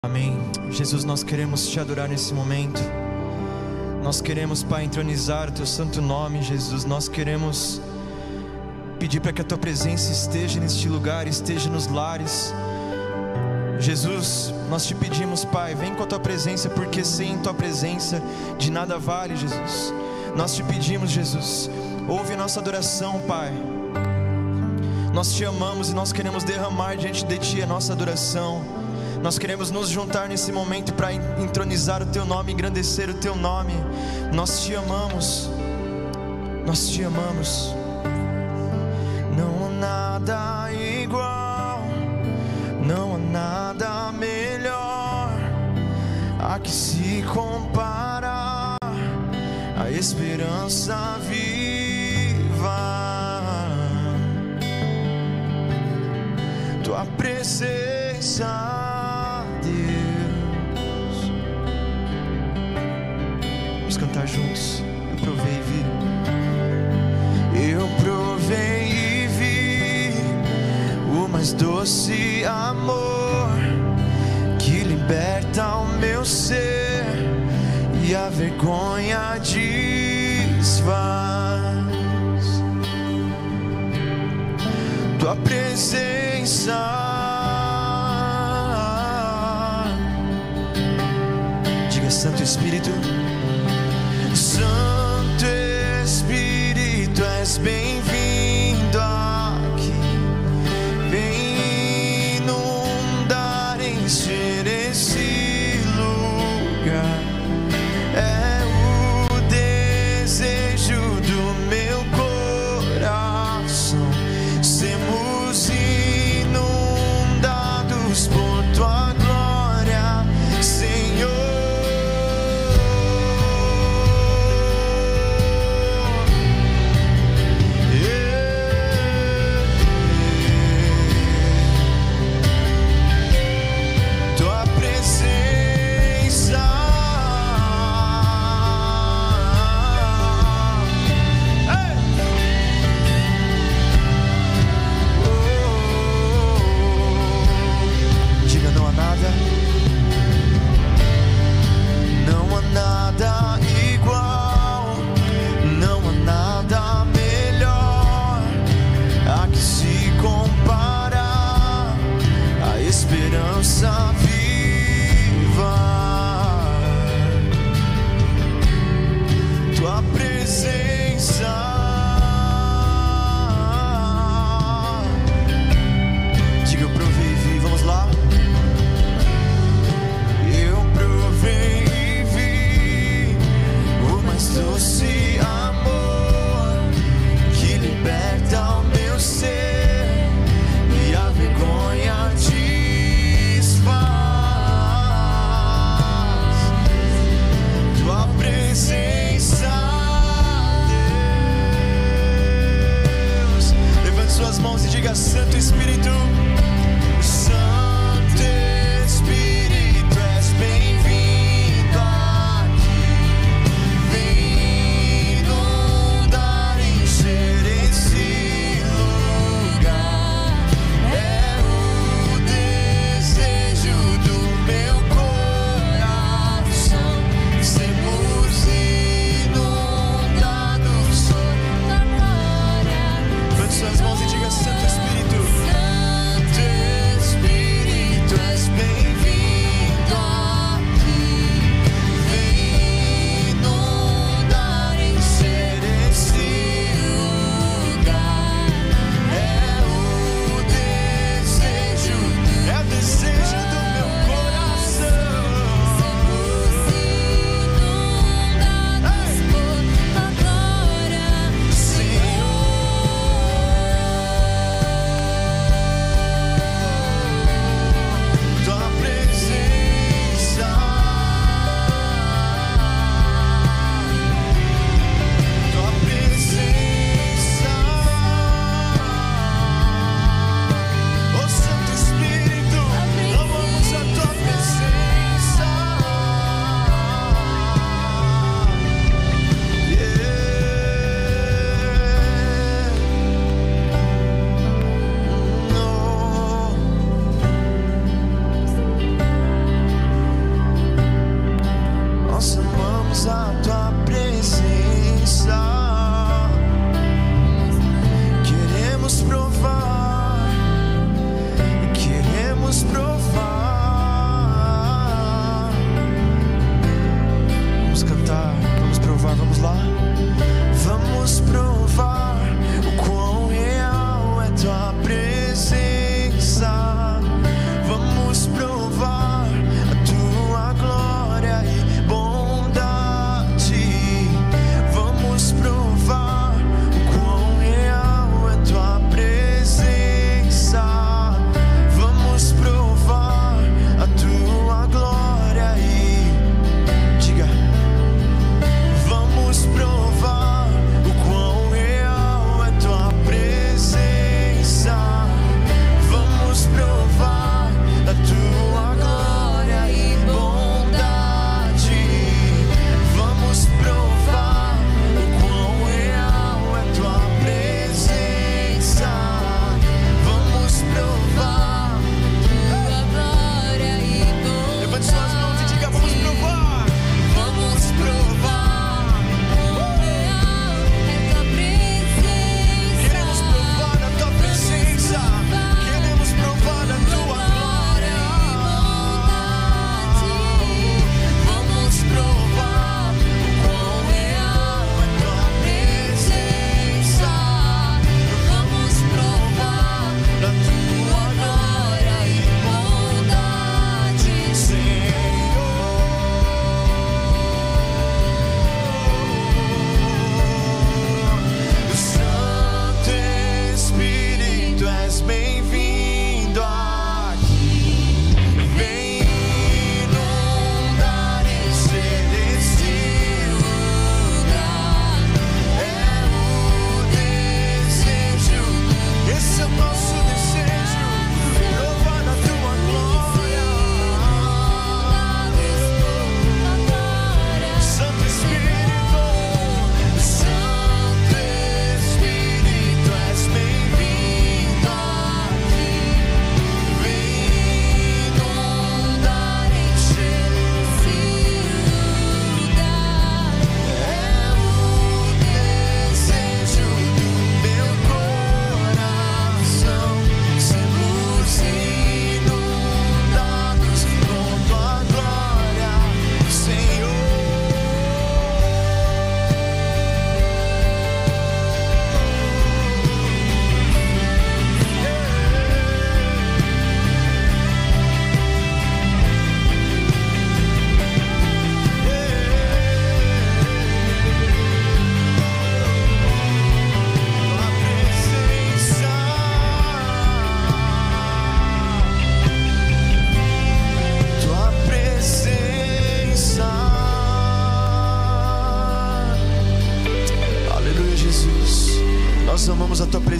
Amém. Jesus, nós queremos te adorar nesse momento. Nós queremos, Pai, entronizar o teu santo nome, Jesus. Nós queremos pedir para que a tua presença esteja neste lugar, esteja nos lares. Jesus, nós te pedimos, Pai, vem com a tua presença, porque sem tua presença de nada vale, Jesus. Nós te pedimos, Jesus, ouve a nossa adoração, Pai. Nós te amamos e nós queremos derramar diante de ti a nossa adoração. Nós queremos nos juntar nesse momento para entronizar o teu nome, engrandecer o teu nome. Nós te amamos, nós te amamos. Não há nada igual, não há nada melhor a que se comparar a esperança viva, tua presença. Cantar juntos. Eu provei e vi o mais doce amor que liberta o meu ser e a vergonha desfaz. Tua presença, diga Santo Espírito. Santo Espírito, és bem-vindo aqui. Vem inundar, encher esse lugar. É o desejo do meu coração. Sermos inundados por tua glória, Senhor.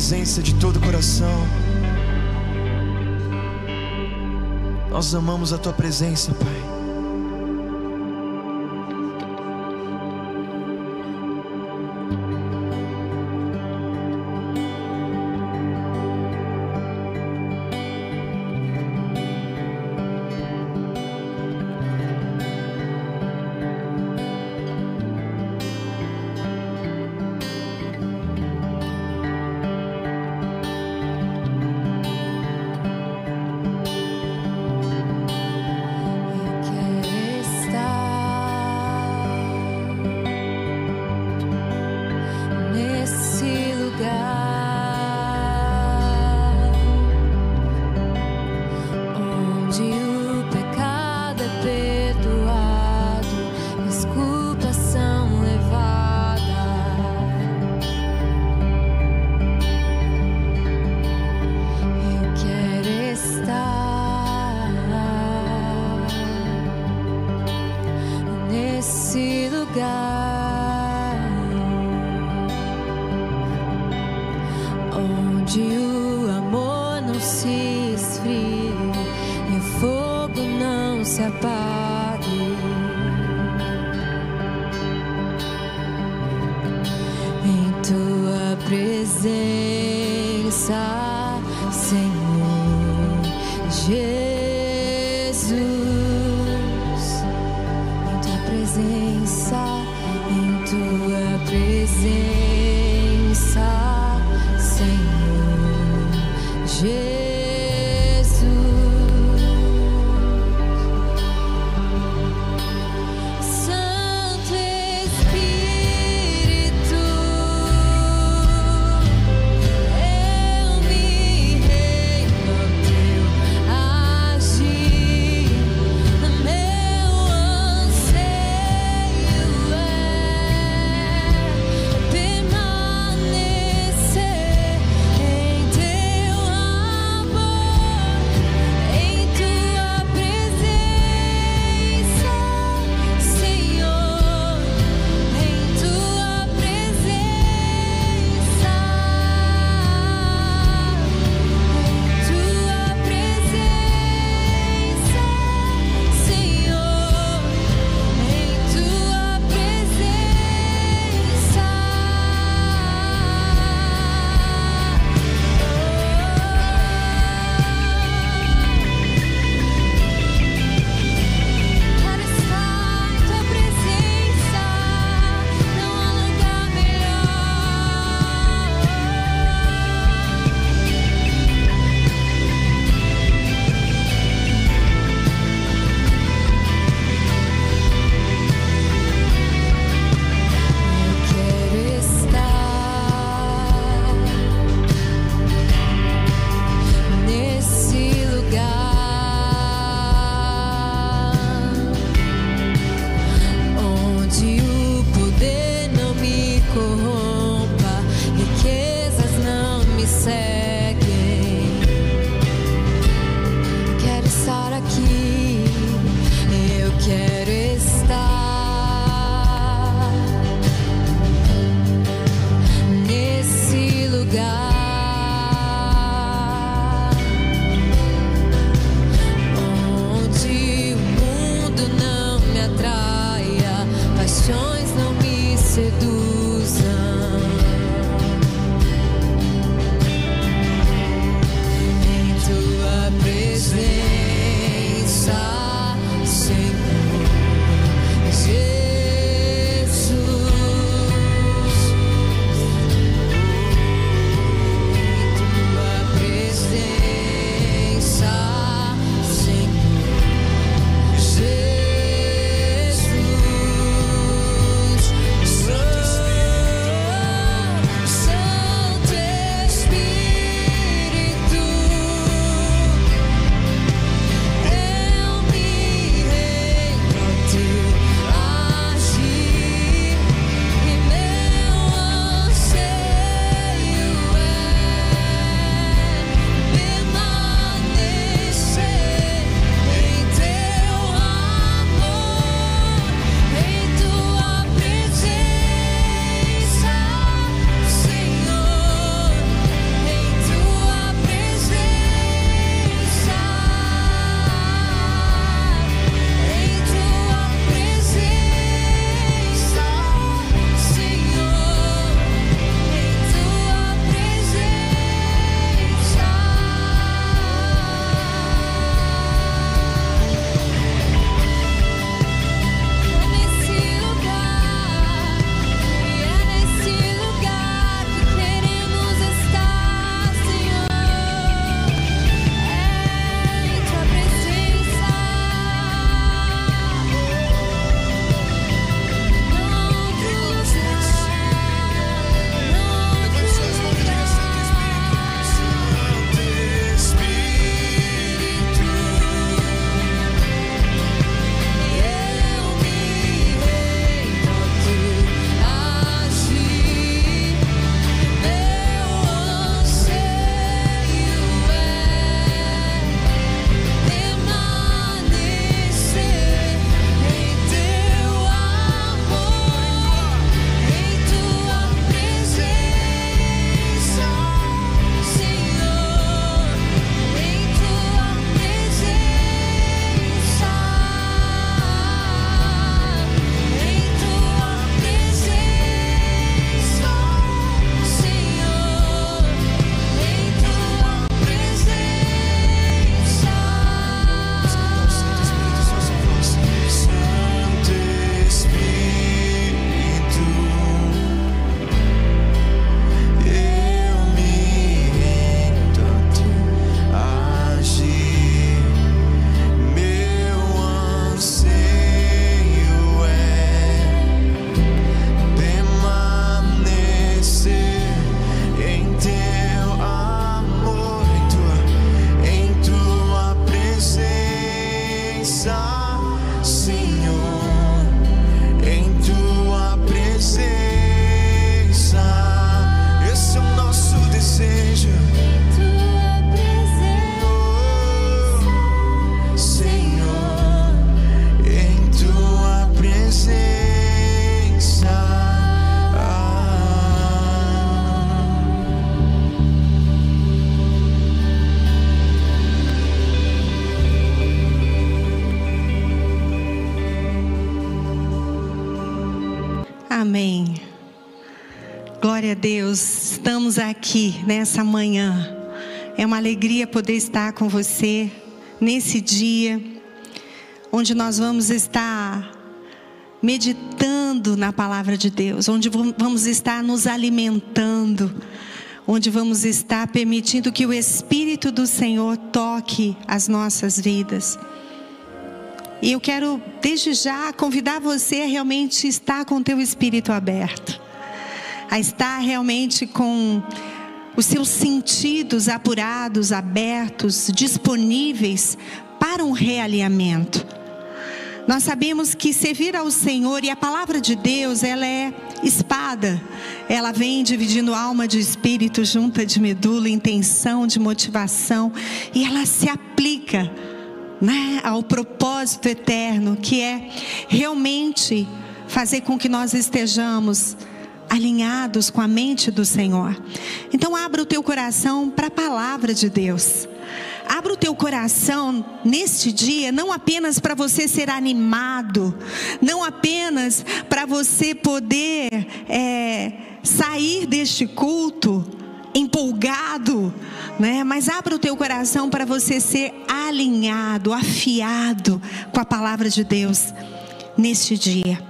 presença de todo o coração. Nós amamos a tua presença, Pai. Eu me Senhor, em tua presença. Esse é o nosso desejo. Senhor, em tua presença. Amém. Glória a Deus. Estamos aqui nessa manhã. É uma alegria poder estar com você nesse dia, onde nós vamos estar meditando na palavra de Deus, onde vamos estar nos alimentando, onde vamos estar permitindo que o Espírito do Senhor toque as nossas vidas. E eu quero, desde já, convidar você a realmente estar com o teu espírito aberto, a estar realmente com os seus sentidos apurados, abertos, disponíveis para um realinhamento. Nós sabemos que servir ao Senhor, e a palavra de Deus, ela é espada. Ela vem dividindo alma de espírito, junta de medula, intenção, de motivação, e ela se aplica, né, ao propósito eterno, que é realmente fazer com que nós estejamos alinhados com a mente do Senhor. Então abra o teu coração para a palavra de Deus. Abra o teu coração neste dia, não apenas para você ser animado, não apenas para você poder sair deste culto empolgado, né? Mas abra o teu coração para você ser alinhado, afiado com a palavra de Deus neste dia.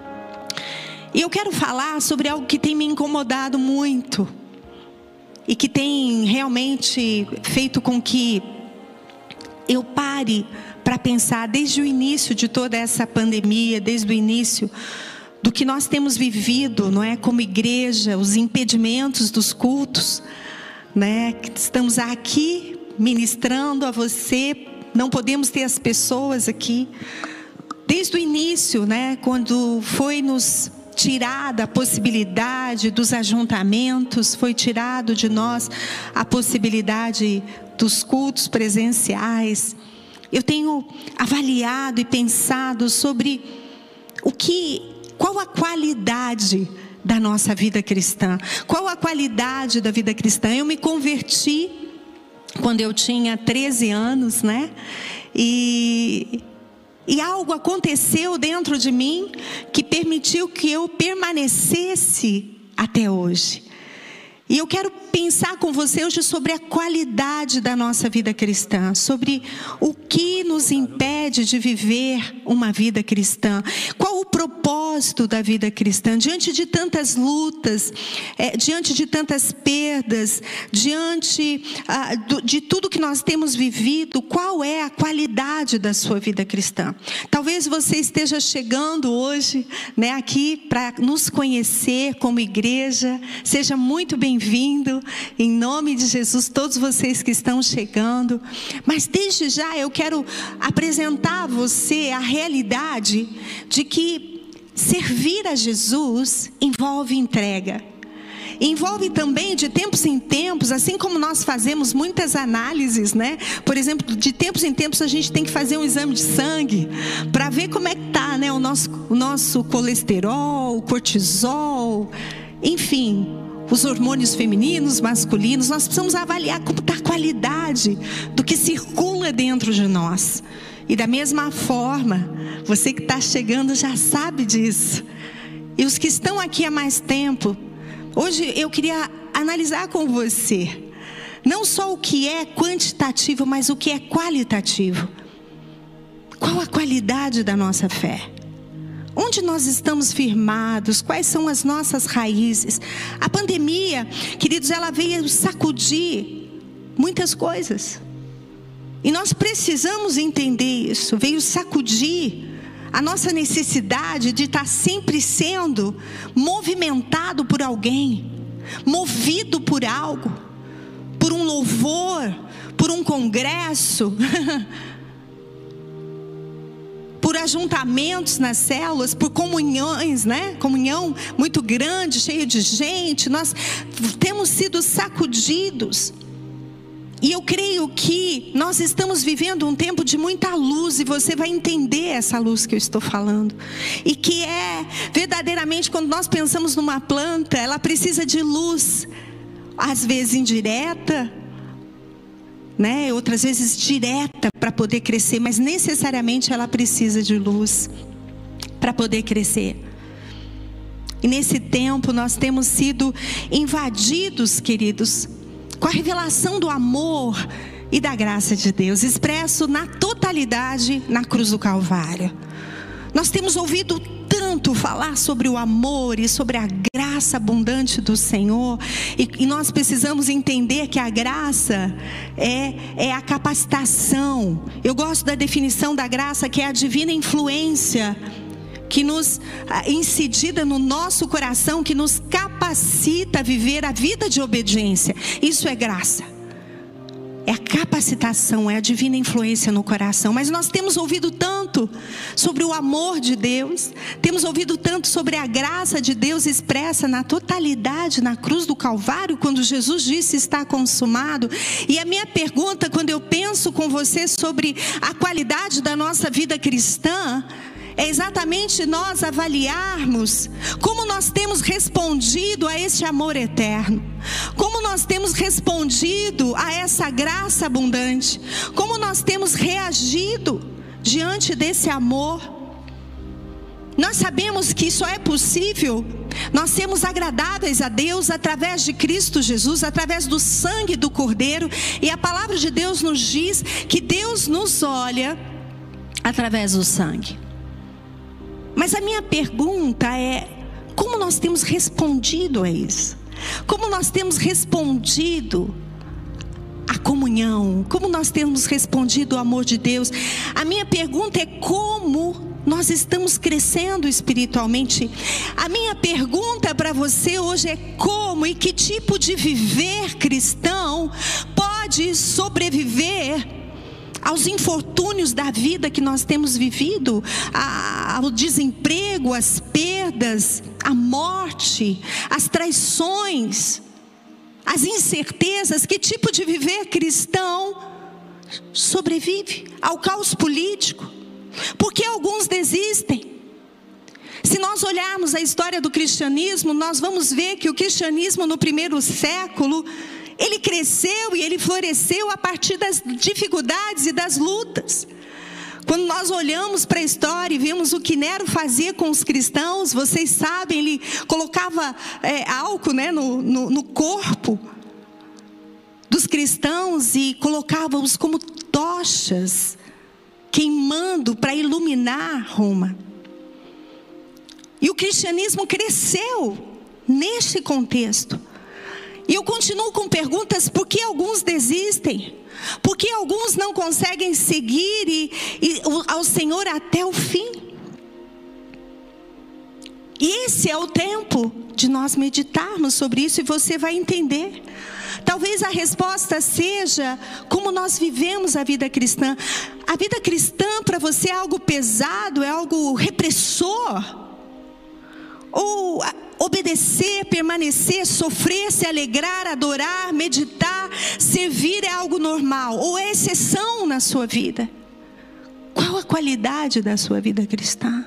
E eu quero falar sobre algo que tem me incomodado muito e que tem realmente feito com que eu pare para pensar desde o início de toda essa pandemia, desde o início do que nós temos vivido, não é, como igreja, os impedimentos dos cultos, né? Estamos aqui ministrando a você, não podemos ter as pessoas aqui. Desde o início, né, quando foi nos tirada a possibilidade dos ajuntamentos, foi tirado de nós a possibilidade dos cultos presenciais. Eu tenho avaliado e pensado sobre qual a qualidade da nossa vida cristã. Qual a qualidade da vida cristã? Eu me converti quando eu tinha 13 anos, né? E algo aconteceu dentro de mim que permitiu que eu permanecesse até hoje. E eu quero pensar com você hoje sobre a qualidade da nossa vida cristã, sobre o que nos impede de viver uma vida cristã. Qual o propósito da vida cristã? Diante de tantas lutas, diante de tantas perdas, diante de tudo que nós temos vivido, qual é a qualidade da sua vida cristã? Talvez você esteja chegando hoje, né, aqui para nos conhecer como igreja. Seja muito bem-vindo, em nome de Jesus, todos vocês que estão chegando. Mas desde já eu quero apresentar a você a realidade de que servir a Jesus envolve entrega. Envolve também, de tempos em tempos, assim como nós fazemos muitas análises, né? Por exemplo, de tempos em tempos a gente tem que fazer um exame de sangue para ver como é que está, né, o nosso colesterol, o cortisol, enfim, os hormônios femininos, masculinos. Nós precisamos avaliar como está a qualidade do que circula dentro de nós. E da mesma forma, você que está chegando já sabe disso. E os que estão aqui há mais tempo, hoje eu queria analisar com você, não só o que é quantitativo, mas o que é qualitativo. Qual a qualidade da nossa fé? Onde nós estamos firmados? Quais são as nossas raízes? A pandemia, queridos, ela veio sacudir muitas coisas. E nós precisamos entender isso. Veio sacudir a nossa necessidade de estar sempre sendo movimentado por alguém, movido por algo, por um louvor, por um congresso, por ajuntamentos nas células, por comunhões, né? Comunhão muito grande, cheia de gente. Nós temos sido sacudidos. E eu creio que nós estamos vivendo um tempo de muita luz, e você vai entender essa luz que eu estou falando. E que é verdadeiramente, quando nós pensamos numa planta, ela precisa de luz, às vezes indireta, né? Outras vezes direta, para poder crescer, mas necessariamente ela precisa de luz para poder crescer. E nesse tempo nós temos sido invadidos, queridos, com a revelação do amor e da graça de Deus, expresso na totalidade na cruz do Calvário. Nós temos ouvido tanto falar sobre o amor e sobre a graça abundante do Senhor, e nós precisamos entender que a graça é a capacitação. Eu gosto da definição da graça, que é a divina influência que nos incidida no nosso coração, que nos capacita a viver a vida de obediência. Isso é graça. É a capacitação, é a divina influência no coração. Mas nós temos ouvido tanto sobre o amor de Deus, temos ouvido tanto sobre a graça de Deus expressa na totalidade na cruz do Calvário, quando Jesus disse: está consumado. E a minha pergunta, quando eu penso com você sobre a qualidade da nossa vida cristã, é exatamente nós avaliarmos como nós temos respondido a este amor eterno, como nós temos respondido a essa graça abundante, como nós temos reagido diante desse amor. Nós sabemos que só é possível nós sermos agradáveis a Deus através de Cristo Jesus, através do sangue do Cordeiro, e a palavra de Deus nos diz que Deus nos olha através do sangue. Mas a minha pergunta é: como nós temos respondido a isso? Como nós temos respondido à comunhão? Como nós temos respondido ao amor de Deus? A minha pergunta é: como nós estamos crescendo espiritualmente? A minha pergunta para você hoje é: como e que tipo de viver cristão pode sobreviver aos infortúnios da vida que nós temos vivido, ao desemprego, às perdas, à morte, às traições, às incertezas? Que tipo de viver cristão sobrevive ao caos político? Porque alguns desistem. Se nós olharmos a história do cristianismo, nós vamos ver que o cristianismo no primeiro século, ele cresceu e ele floresceu a partir das dificuldades e das lutas. Quando nós olhamos para a história e vemos o que Nero fazia com os cristãos, vocês sabem, ele colocava álcool, né, no corpo dos cristãos e colocava-os como tochas, queimando para iluminar Roma. E o cristianismo cresceu neste contexto. E eu continuo com perguntas: por que alguns desistem? Por que alguns não conseguem seguir ao Senhor até o fim? E esse é o tempo de nós meditarmos sobre isso, e você vai entender. Talvez a resposta seja como nós vivemos a vida cristã. A vida cristã para você é algo pesado, é algo repressor? Ou obedecer, permanecer, sofrer, se alegrar, adorar, meditar, servir é algo normal? Ou é exceção na sua vida? Qual a qualidade da sua vida cristã?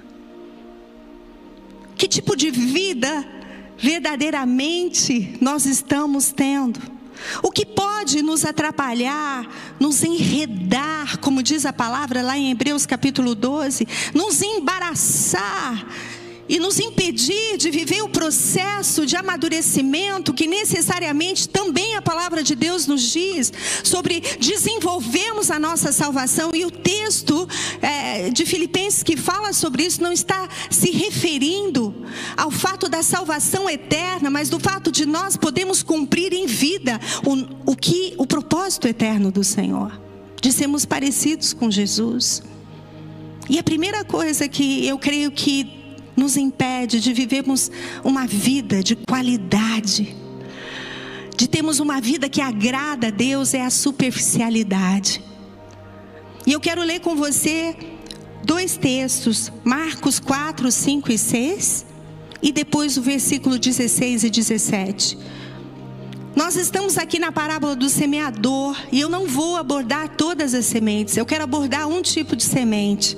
Que tipo de vida verdadeiramente nós estamos tendo? O que pode nos atrapalhar, nos enredar, como diz a palavra lá em Hebreus capítulo 12, nos embaraçar e nos impedir de viver o processo de amadurecimento que necessariamente também a palavra de Deus nos diz sobre desenvolvermos a nossa salvação. E o texto de Filipenses que fala sobre isso não está se referindo ao fato da salvação eterna, mas do fato de nós podermos cumprir em vida o propósito eterno do Senhor, de sermos parecidos com Jesus. E a primeira coisa que eu creio que nos impede de vivermos uma vida de qualidade, de termos uma vida que agrada a Deus, é a superficialidade. E eu quero ler com você dois textos, Marcos 4, 5 e 6, e depois o versículo 16 e 17. Nós estamos aqui na parábola do semeador, e eu não vou abordar todas as sementes, eu quero abordar um tipo de semente.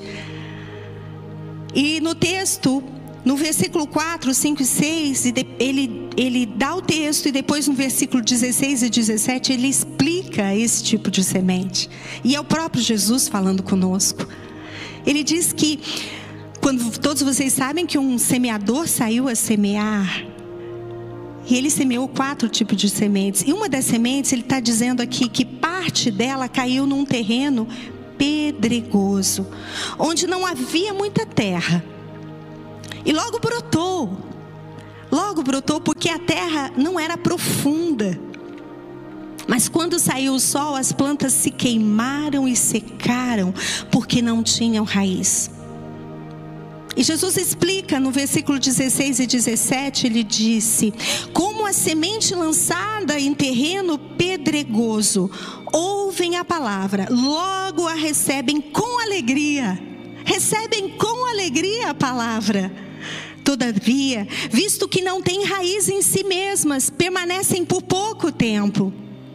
E no texto, no versículo 4, 5 e 6, ele dá o texto, e depois no versículo 16 e 17, ele explica esse tipo de semente. E é o próprio Jesus falando conosco. Ele diz que, quando todos vocês sabem que um semeador saiu a semear, e ele semeou 4 tipos de sementes. E uma das sementes, ele está dizendo aqui que parte dela caiu num terreno pedregoso, onde não havia muita terra. E logo brotou porque a terra não era profunda. Mas quando saiu o sol, as plantas se queimaram e secaram, porque não tinham raiz. E Jesus explica no versículo 16 e 17, ele disse: como a semente lançada em terreno pedregoso, ouvem a palavra, logo a recebem com alegria. Recebem com alegria a palavra. Todavia, visto que não têm raiz em si mesmas, permanecem por pouco tempo.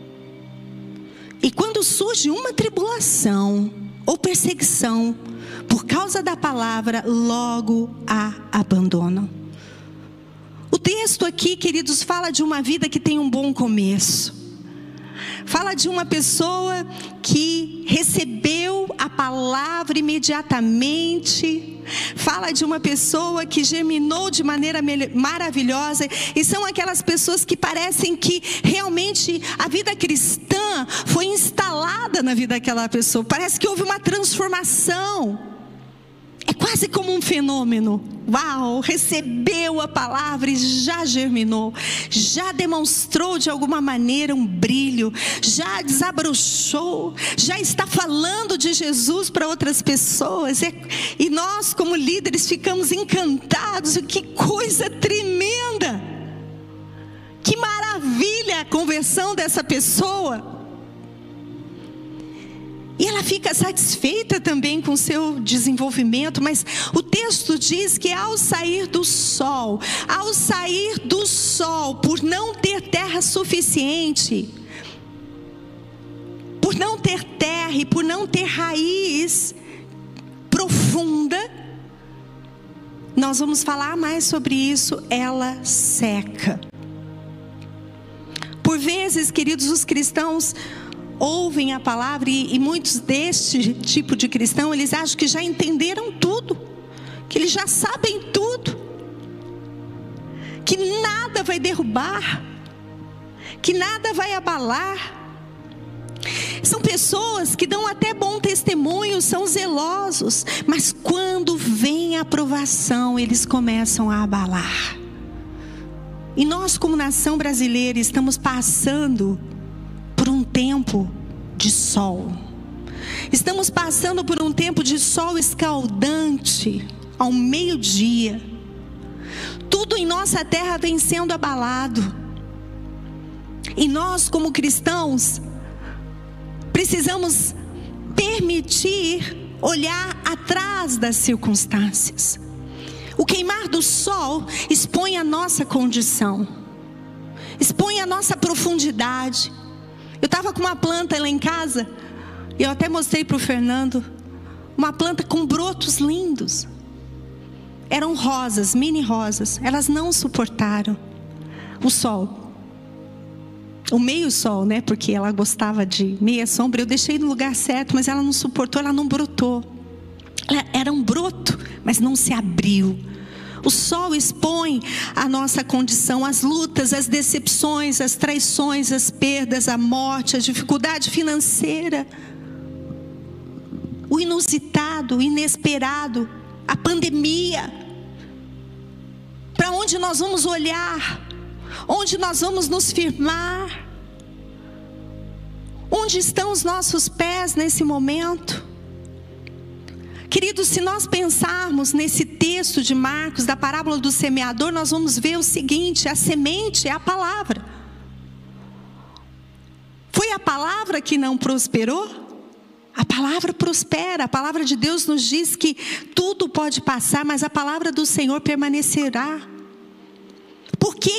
E quando surge uma tribulação ou perseguição por causa da palavra, logo a abandonam. O texto aqui, queridos, fala de uma vida que tem um bom começo. Fala de uma pessoa que recebeu a palavra imediatamente. Fala de uma pessoa que germinou de maneira maravilhosa. E são aquelas pessoas que parecem que realmente a vida cristã foi instalada na vida daquela pessoa. Parece que houve uma transformação. É quase como um fenômeno. Uau, recebeu a palavra e já germinou, já demonstrou de alguma maneira um brilho, já desabrochou, já está falando de Jesus para outras pessoas. E nós, como líderes, ficamos encantados. Que coisa tremenda! Que maravilha a conversão dessa pessoa! E ela fica satisfeita também com o seu desenvolvimento, mas o texto diz que ao sair do sol, por não ter terra suficiente, por não ter terra e por não ter raiz profunda, nós vamos falar mais sobre isso, ela seca. Por vezes, queridos, os cristãos ouvem a palavra e muitos deste tipo de cristão, eles acham que já entenderam tudo, que eles já sabem tudo, que nada vai derrubar, que nada vai abalar. São pessoas que dão até bom testemunho, são zelosos, mas quando vem a aprovação, eles começam a abalar. E nós, como nação brasileira, estamos passando por um tempo de sol. Estamos passando por um tempo de sol escaldante ao meio-dia. Tudo em nossa terra vem sendo abalado. E nós, como cristãos, precisamos permitir olhar atrás das circunstâncias. O queimar do sol expõe a nossa condição, expõe a nossa profundidade. Eu estava com uma planta lá em casa, e eu até mostrei para o Fernando, uma planta com brotos lindos. Eram rosas, mini rosas. Elas não suportaram o sol. O meio sol, né? Porque ela gostava de meia sombra. Eu deixei no lugar certo, mas ela não suportou, ela não brotou. Ela era um broto, mas não se abriu. O sol expõe a nossa condição, as lutas, as decepções, as traições, as perdas, a morte, a dificuldade financeira, o inusitado, o inesperado, a pandemia. Para onde nós vamos olhar? Onde nós vamos nos firmar? Onde estão os nossos pés nesse momento? Queridos, se nós pensarmos nesse texto de Marcos, da parábola do semeador, nós vamos ver o seguinte: a semente é a palavra. Foi a palavra que não prosperou? A palavra prospera, a palavra de Deus nos diz que tudo pode passar, mas a palavra do Senhor permanecerá. Por que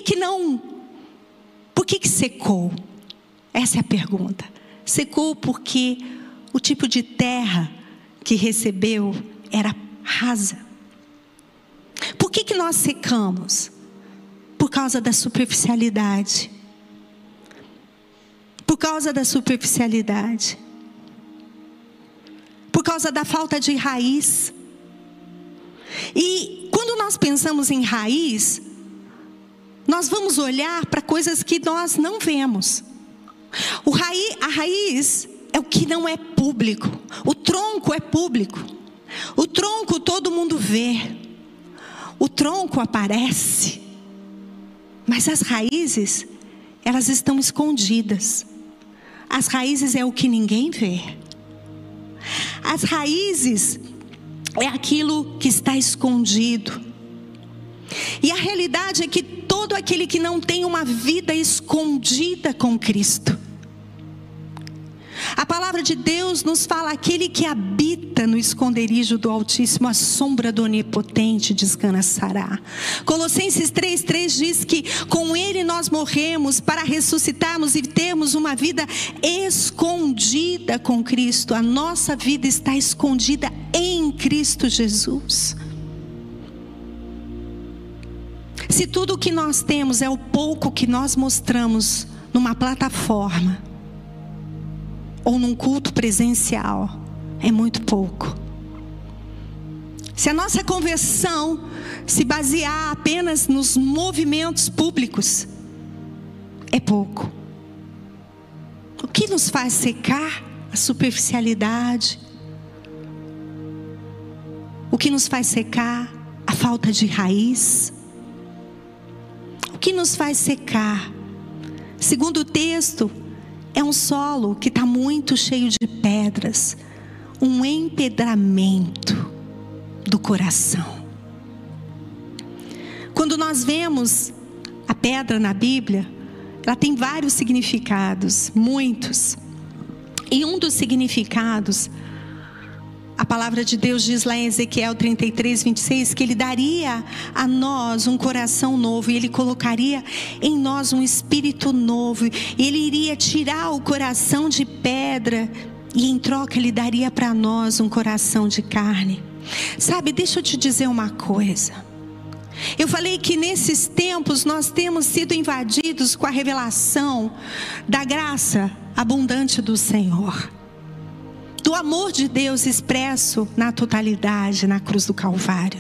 secou? Essa é a pergunta. Secou porque o tipo de terra que recebeu era rasa. Por que nós secamos? Por causa da superficialidade. Por causa da superficialidade. Por causa da falta de raiz. E quando nós pensamos em raiz, nós vamos olhar para coisas que nós não vemos. A raiz é o que não é público. O tronco é público. O tronco todo mundo vê. O tronco aparece. Mas as raízes, elas estão escondidas. As raízes é o que ninguém vê. As raízes é aquilo que está escondido. E a realidade é que todo aquele que não tem uma vida escondida com Cristo. A palavra de Deus nos fala: aquele que habita no esconderijo do Altíssimo, a sombra do Onipotente descansará. Colossenses 3:3 diz que com Ele nós morremos para ressuscitarmos e termos uma vida escondida com Cristo. A nossa vida está escondida em Cristo Jesus. Se tudo o que nós temos é o pouco que nós mostramos numa plataforma ou num culto presencial, é muito pouco. Se a nossa conversão se basear apenas nos movimentos públicos, é pouco. O que nos faz secar? A superficialidade. O que nos faz secar? A falta de raiz. O que nos faz secar? Segundo o texto, é um solo que está muito cheio de pedras, um empedramento do coração. Quando nós vemos a pedra na Bíblia, ela tem vários significados, muitos. E um dos significados, a palavra de Deus diz lá em Ezequiel 33:26, que Ele daria a nós um coração novo, e Ele colocaria em nós um espírito novo, e Ele iria tirar o coração de pedra, e em troca Ele daria para nós um coração de carne. Sabe, deixa eu te dizer uma coisa. Eu falei que nesses tempos nós temos sido invadidos com a revelação da graça abundante do Senhor, do amor de Deus expresso na totalidade na cruz do Calvário.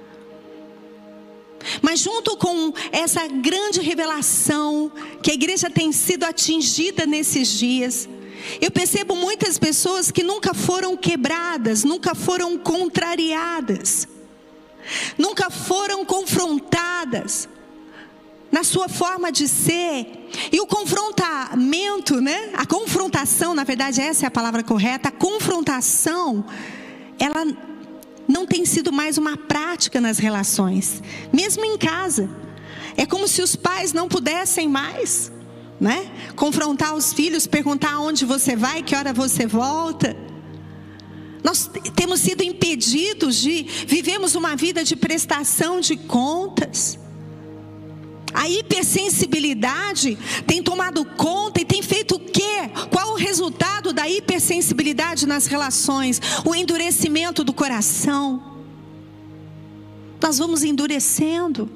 Mas junto com essa grande revelação que a igreja tem sido atingida nesses dias, eu percebo muitas pessoas que nunca foram quebradas, nunca foram contrariadas, nunca foram confrontadas na sua forma de ser. E o confrontamento, né? A confrontação, na verdade essa é a palavra correta. A confrontação, ela não tem sido mais uma prática nas relações, mesmo em casa. É como se os pais não pudessem mais, né? Confrontar os filhos, perguntar aonde você vai, que hora você volta. Nós temos sido impedidos de vivermos uma vida de prestação de contas. A hipersensibilidade tem tomado conta e tem feito o quê? Qual o resultado da hipersensibilidade nas relações? O endurecimento do coração. Nós vamos endurecendo.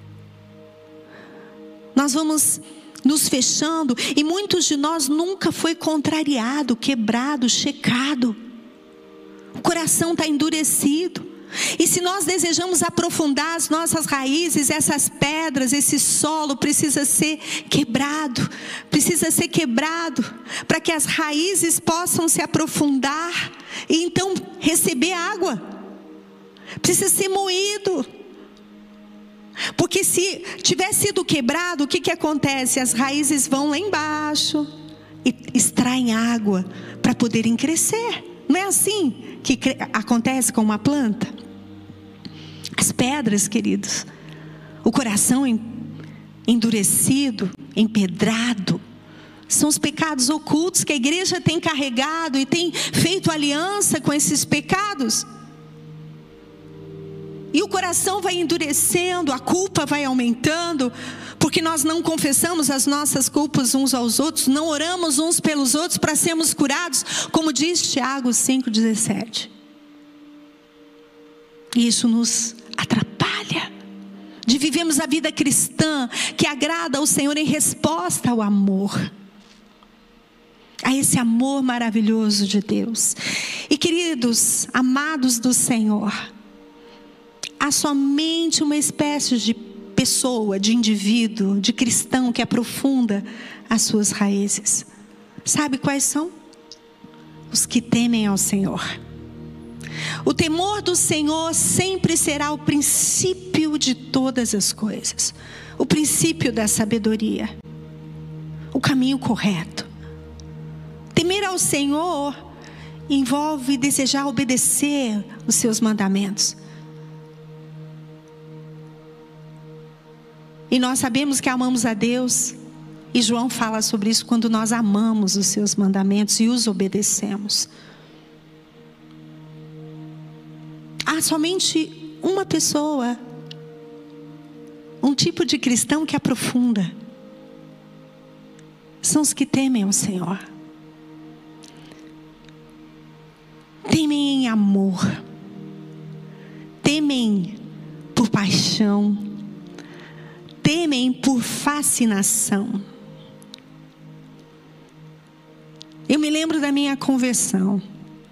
Nós vamos nos fechando. E muitos de nós nunca foi contrariado, quebrado, checado. O coração está endurecido. E se nós desejamos aprofundar as nossas raízes, essas pedras, esse solo precisa ser quebrado. Precisa ser quebrado para que as raízes possam se aprofundar e então receber água. Precisa ser moído. Porque se tiver sido quebrado, o que acontece? As raízes vão lá embaixo e extraem água para poderem crescer. Não é assim que acontece com uma planta? As pedras, queridos, o coração endurecido, empedrado, São os pecados ocultos que a igreja tem carregado e tem feito aliança com esses pecados. E o coração vai endurecendo, a culpa vai aumentando, porque nós não confessamos as nossas culpas uns aos outros, não oramos uns pelos outros para sermos curados, como diz Tiago 5,17. E isso nos atrapalha de vivermos a vida cristã que agrada ao Senhor em resposta ao amor, a esse amor maravilhoso de Deus. E queridos, amados do Senhor, há somente uma espécie de pessoa, de indivíduo, de cristão que aprofunda as suas raízes. Sabe quais são? Os que temem ao Senhor. O temor do Senhor sempre será o princípio de todas as coisas. O princípio da sabedoria. O caminho correto. Temer ao Senhor envolve desejar obedecer os seus mandamentos. E nós sabemos que amamos a Deus, e João fala sobre isso quando nós amamos os seus mandamentos e os obedecemos. Há somente uma pessoa, um tipo de cristão que aprofunda. São os que temem ao Senhor. Temem em amor. Temem por paixão. Temem por fascinação. Eu me lembro da minha conversão.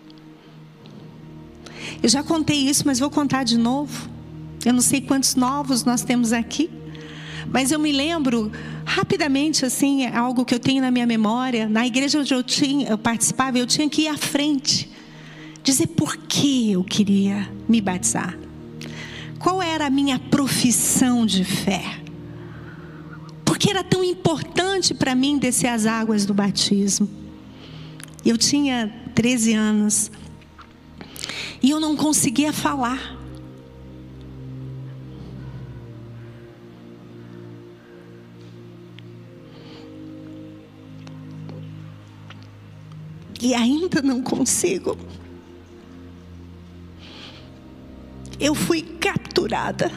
Eu já contei isso, mas vou contar de novo. Eu não sei quantos novos nós temos aqui, mas eu me lembro rapidamente, assim, algo que eu tenho na minha memória. Na igreja onde eu participava, eu tinha que ir à frente, dizer por que eu queria me batizar. Qual era a minha profissão de fé? Por que era tão importante para mim descer as águas do batismo? Eu tinha 13 anos. E eu não conseguia falar. E ainda não consigo. Eu fui capturada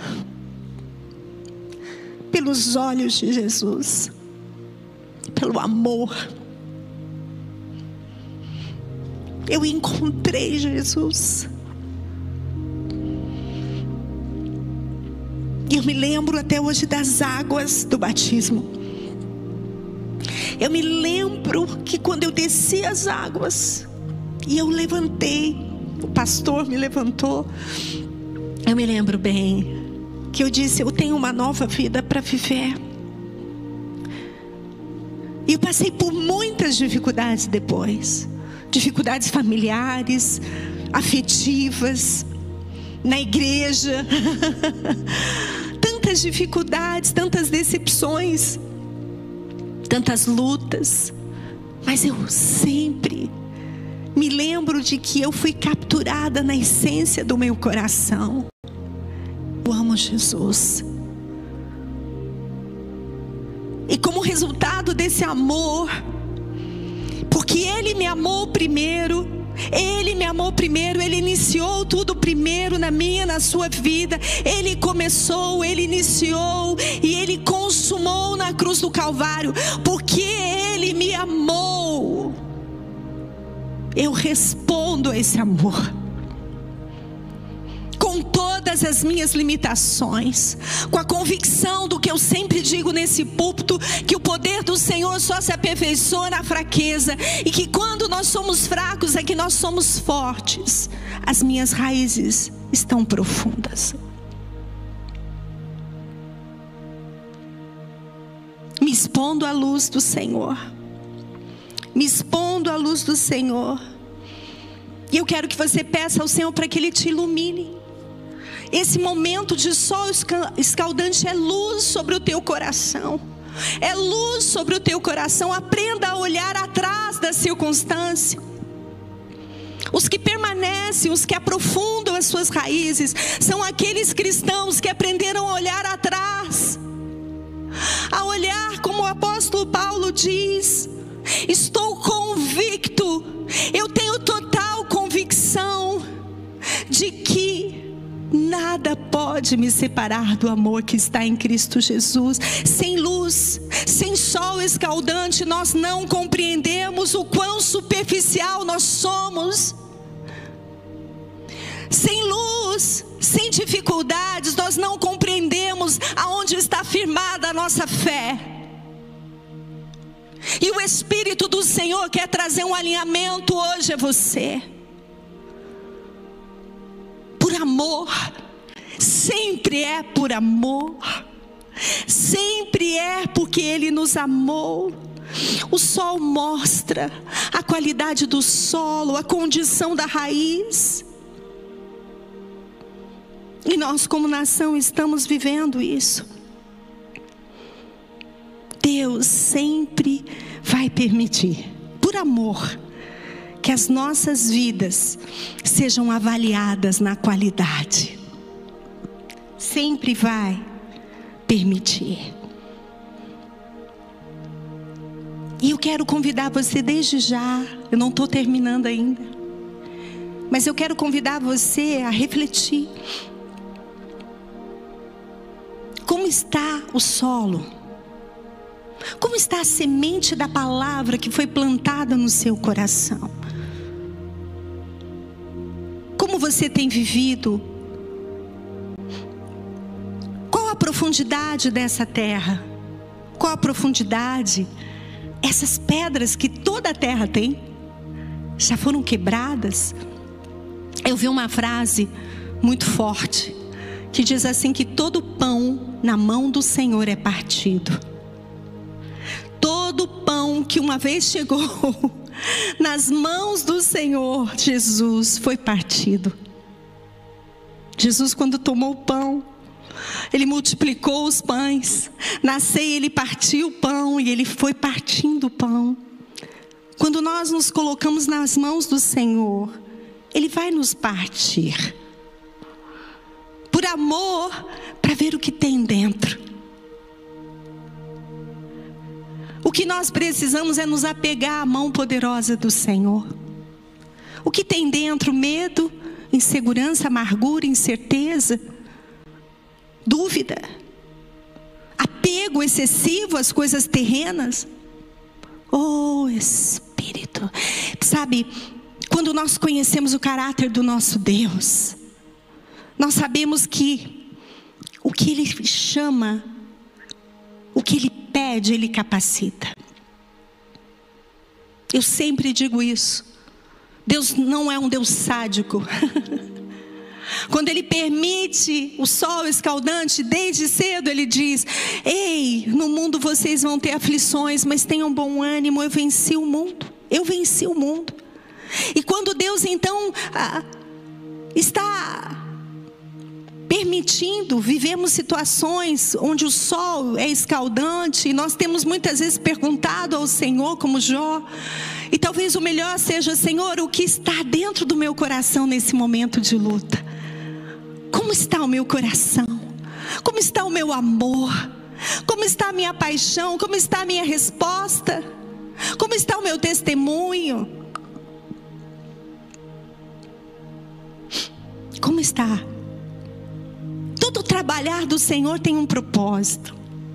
pelos olhos de Jesus, pelo amor. Eu encontrei Jesus. E eu me lembro até hoje das águas do batismo. Eu me lembro que quando eu desci as águas e eu levantei, o pastor me levantou. Eu me lembro bem que eu disse: eu tenho uma nova vida para viver. E eu passei por muitas dificuldades depois. Dificuldades familiares, afetivas, na igreja. Tantas dificuldades, tantas decepções, tantas lutas. Mas eu sempre me lembro de que eu fui capturada na essência do meu coração. Eu amo Jesus. E como resultado desse amor, porque Ele me amou primeiro, Ele me amou primeiro, Ele iniciou tudo primeiro na minha, na sua vida. Ele começou, Ele iniciou e Ele consumou na cruz do Calvário. Porque Ele me amou, eu respondo a esse amor. Com todas as minhas limitações, com a convicção do que eu sempre digo nesse púlpito, que o poder do Senhor só se aperfeiçoa na fraqueza, e que quando nós somos fracos é que nós somos fortes. As minhas raízes estão profundas. Me expondo à luz do Senhor, me expondo à luz do Senhor. E eu quero que você peça ao Senhor para que Ele te ilumine. Esse momento de sol escaldante é luz sobre o teu coração. É luz sobre o teu coração. Aprenda a olhar atrás da circunstância. Os que permanecem, os que aprofundam as suas raízes, são aqueles cristãos que aprenderam a olhar atrás. A olhar, como o apóstolo Paulo diz, Estou convicto, eu tenho total convicção de que nada pode me separar do amor que está em Cristo Jesus. Sem luz, sem sol escaldante, nós não compreendemos o quão superficial nós somos. Sem luz, sem dificuldades, nós não compreendemos aonde está firmada a nossa fé. E o Espírito do Senhor quer trazer um alinhamento hoje a você. Por amor, sempre é por amor, sempre é porque Ele nos amou. O sol mostra a qualidade do solo, a condição da raiz. E nós, como nação, estamos vivendo isso. Deus sempre vai permitir, por amor, que as nossas vidas sejam avaliadas na qualidade. Sempre vai permitir. E eu quero convidar você desde já, eu não estou terminando ainda, mas eu quero convidar você a refletir. Como está o solo? Como está a semente da palavra que foi plantada no seu coração? Como você tem vivido? Qual a profundidade dessa terra? Qual a profundidade? Essas pedras que toda a terra tem, já foram quebradas? Eu vi uma frase muito forte, que diz assim, que todo pão na mão do Senhor é partido. Todo pão que uma vez chegou nas mãos do Senhor Jesus foi partido. Jesus, quando tomou o pão, Ele multiplicou os pães. Na ceia Ele partiu o pão e Ele foi partindo o pão. Quando nós nos colocamos nas mãos do Senhor, Ele vai nos partir. Por amor, para ver o que tem dentro. O que nós precisamos é nos apegar à mão poderosa do Senhor. O que tem dentro? Medo, insegurança, amargura, incerteza, dúvida, apego excessivo às coisas terrenas. Oh, Espírito, sabe, quando nós conhecemos o caráter do nosso Deus, nós sabemos que o que Ele chama, o que Ele pede, Ele capacita. Eu sempre digo isso. Deus não é um Deus sádico. Quando Ele permite o sol escaldante, desde cedo Ele diz: ei, no mundo vocês vão ter aflições, mas tenham bom ânimo, eu venci o mundo. Eu venci o mundo. E quando Deus então está permitindo, vivemos situações onde o sol é escaldante, e nós temos muitas vezes perguntado ao Senhor, como Jó, e talvez o melhor seja: Senhor, o que está dentro do meu coração nesse momento de luta? Como está o meu coração? Como está o meu amor? Como está a minha paixão? Como está a minha resposta? Como está o meu testemunho? Como está? Todo trabalhar do Senhor tem um propósito.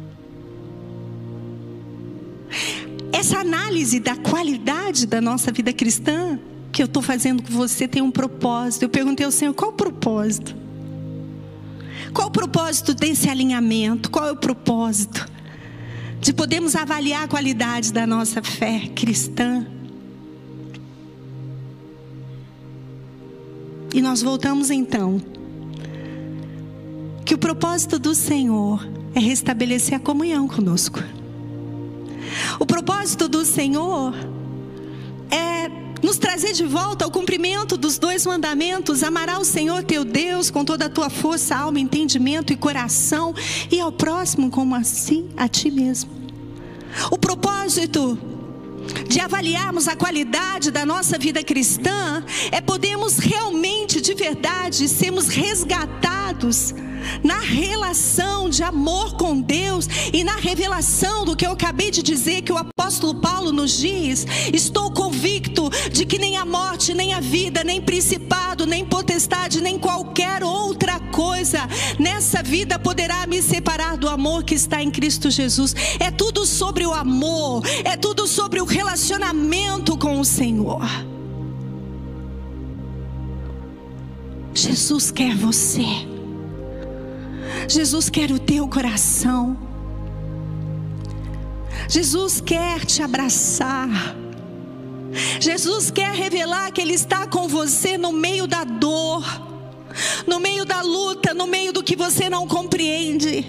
Essa análise da qualidade da nossa vida cristã que eu estou fazendo com você tem um propósito. Eu perguntei ao Senhor: qual o propósito? Qual o propósito desse alinhamento? Qual é o propósito de podermos avaliar a qualidade da nossa fé cristã? E nós voltamos então que o propósito do Senhor é restabelecer a comunhão conosco. O propósito do Senhor é nos trazer de volta ao cumprimento dos 2 mandamentos: amarás o Senhor teu Deus com toda a tua força, alma, entendimento e coração, e ao próximo como assim a ti mesmo. O propósito de avaliarmos a qualidade da nossa vida cristã é podermos realmente, de verdade, sermos resgatados na relação de amor com Deus e na revelação do que eu acabei de dizer, que o apóstolo Paulo nos diz: estou convicto de que nem a morte, nem a vida, nem principado, nem potestade, nem qualquer outra coisa nessa vida poderá me separar do amor que está em Cristo Jesus. É tudo sobre o amor, é tudo sobre o relacionamento com o Senhor. Jesus quer você. Jesus quer o teu coração. Jesus quer te abraçar. Jesus quer revelar que Ele está com você no meio da dor, no meio da luta, no meio do que você não compreende.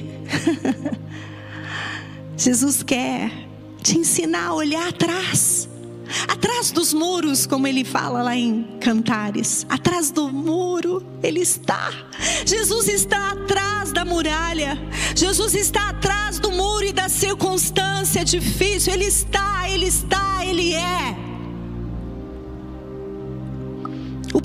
Jesus quer te ensinar a olhar atrás dos muros, como Ele fala lá em Cantares. Atrás do muro Ele está. Jesus está atrás da muralha. Jesus está atrás do muro e da circunstância difícil. Ele está, Ele é. O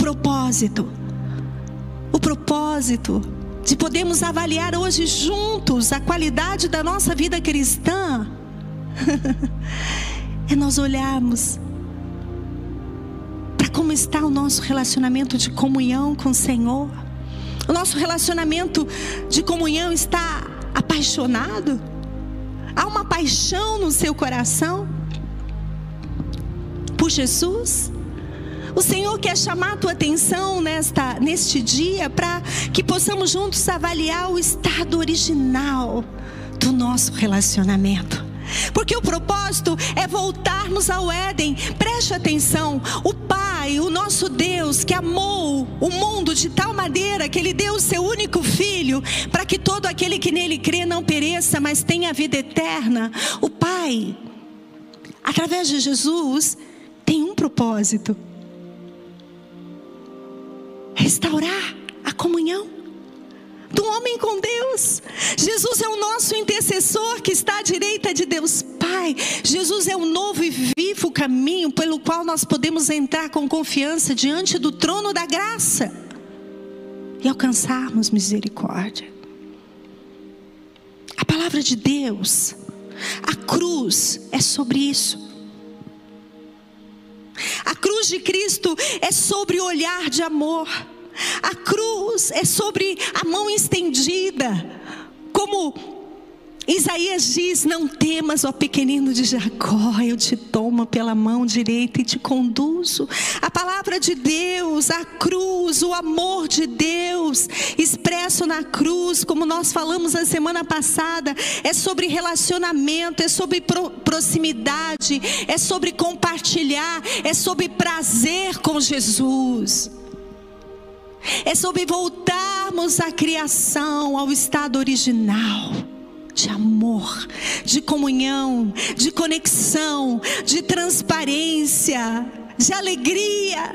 propósito de podermos avaliar hoje juntos a qualidade da nossa vida cristã é nós olharmos para como está o nosso relacionamento de comunhão com o Senhor. O nosso relacionamento de comunhão está apaixonado? Há uma paixão no seu coração por Jesus? O Senhor quer chamar a tua atenção neste dia para que possamos juntos avaliar o estado original do nosso relacionamento. Porque o propósito é voltarmos ao Éden. Preste atenção, o Pai, o nosso Deus, que amou o mundo de tal maneira que Ele deu o seu único Filho, para que todo aquele que nele crê não pereça, mas tenha vida eterna. O Pai, através de Jesus, tem um propósito: restaurar a comunhão do homem com Deus. Jesus é o nosso intercessor que está à direita de Deus Pai. Jesus é o novo e vivo caminho pelo qual nós podemos entrar com confiança diante do trono da graça e alcançarmos misericórdia. A palavra de Deus, a cruz, é sobre isso. A cruz de Cristo é sobre o olhar de amor. A cruz é sobre a mão estendida. Como Isaías diz: não temas, ó pequenino de Jacó, eu te tomo pela mão direita e te conduzo. A palavra de Deus, a cruz, o amor de Deus expresso na cruz, como nós falamos a semana passada, é sobre relacionamento, é sobre proximidade, é sobre compartilhar, é sobre prazer com Jesus. É sobre voltarmos à criação, ao estado original de amor, de comunhão, de conexão, de transparência, de alegria.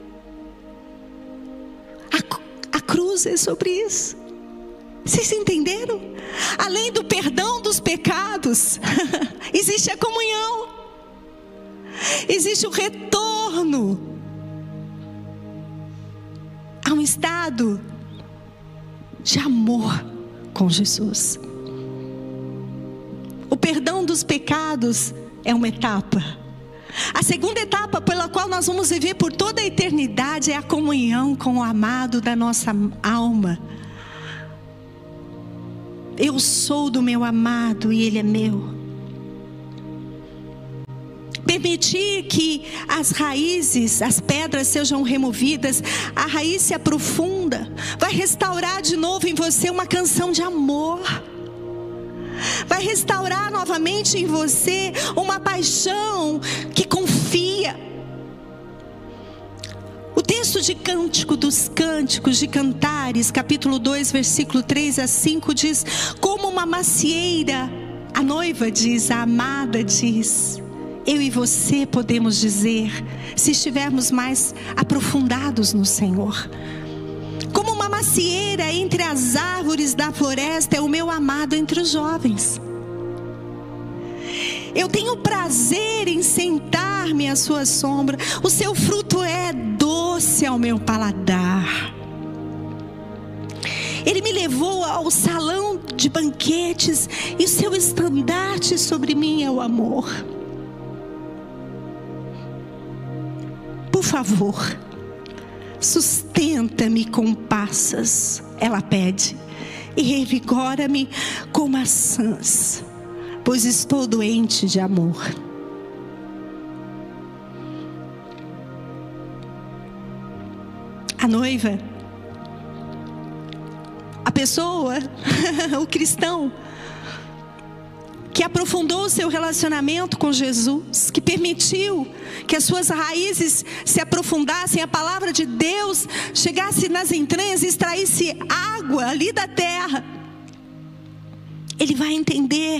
A cruz é sobre isso. Vocês entenderam? Além do perdão dos pecados, existe a comunhão, existe o retorno a um estado de amor com Jesus. O perdão dos pecados é uma etapa. A segunda etapa pela qual nós vamos viver por toda a eternidade é a comunhão com o amado da nossa alma. Eu sou do meu amado e ele é meu. Permitir que as raízes, as pedras sejam removidas, a raiz se aprofunda, vai restaurar de novo em você uma canção de amor. Vai restaurar novamente em você uma paixão que confia. O texto de Cântico dos Cânticos de Cantares, capítulo 2, versículo 3 a 5 diz: como uma macieira, a noiva diz, a amada diz. Eu e você podemos dizer, se estivermos mais aprofundados no Senhor: como uma macieira entre as árvores da floresta é o meu amado entre os jovens. Eu tenho prazer em sentar-me à sua sombra. O seu fruto é doce ao meu paladar. Ele me levou ao salão de banquetes, e o seu estandarte sobre mim é o amor. Por favor, sustenta-me com passas, ela pede, e revigora-me com maçãs, pois estou doente de amor. A noiva, a pessoa, o cristão, que aprofundou o seu relacionamento com Jesus, que permitiu que as suas raízes se aprofundassem, a palavra de Deus chegasse nas entranhas e extraísse água ali da terra, ele vai entender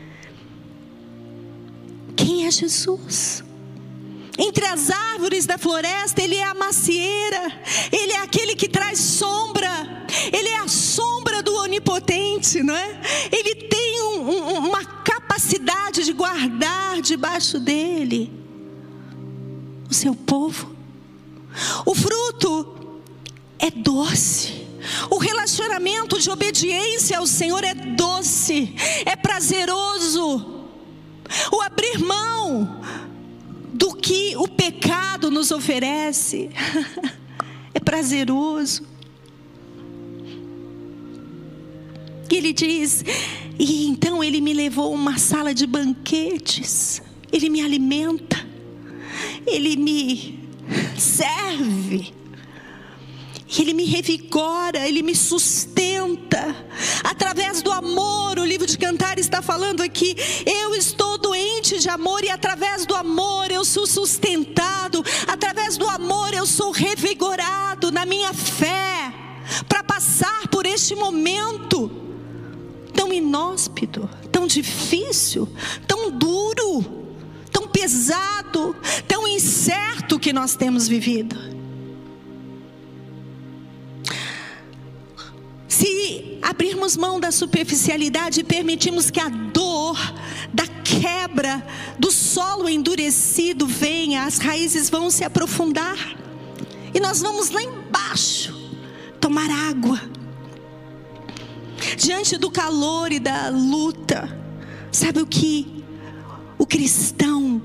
quem é Jesus. Entre as árvores da floresta, ele é a macieira, ele é aquele que traz sombra, ele é a sombra do onipotente, não é? Ele tem uma capacidade de guardar debaixo dele o seu povo. O fruto é doce. O relacionamento de obediência ao Senhor é doce, é prazeroso. O abrir mão do que o pecado nos oferece é prazeroso. E ele diz, e então ele me levou a uma sala de banquetes, ele me alimenta, ele me serve, ele me revigora, ele me sustenta, através do amor. O livro de Cantares está falando aqui, eu estou doente de amor, e através do amor eu sou sustentado, através do amor eu sou revigorado na minha fé, para passar por este momento tão inóspito, tão difícil, tão duro, tão pesado, tão incerto que nós temos vivido. Se abrirmos mão da superficialidade e permitirmos que a dor da quebra do solo endurecido venha, as raízes vão se aprofundar, e nós vamos lá embaixo tomar água. Diante do calor e da luta, sabe o que o cristão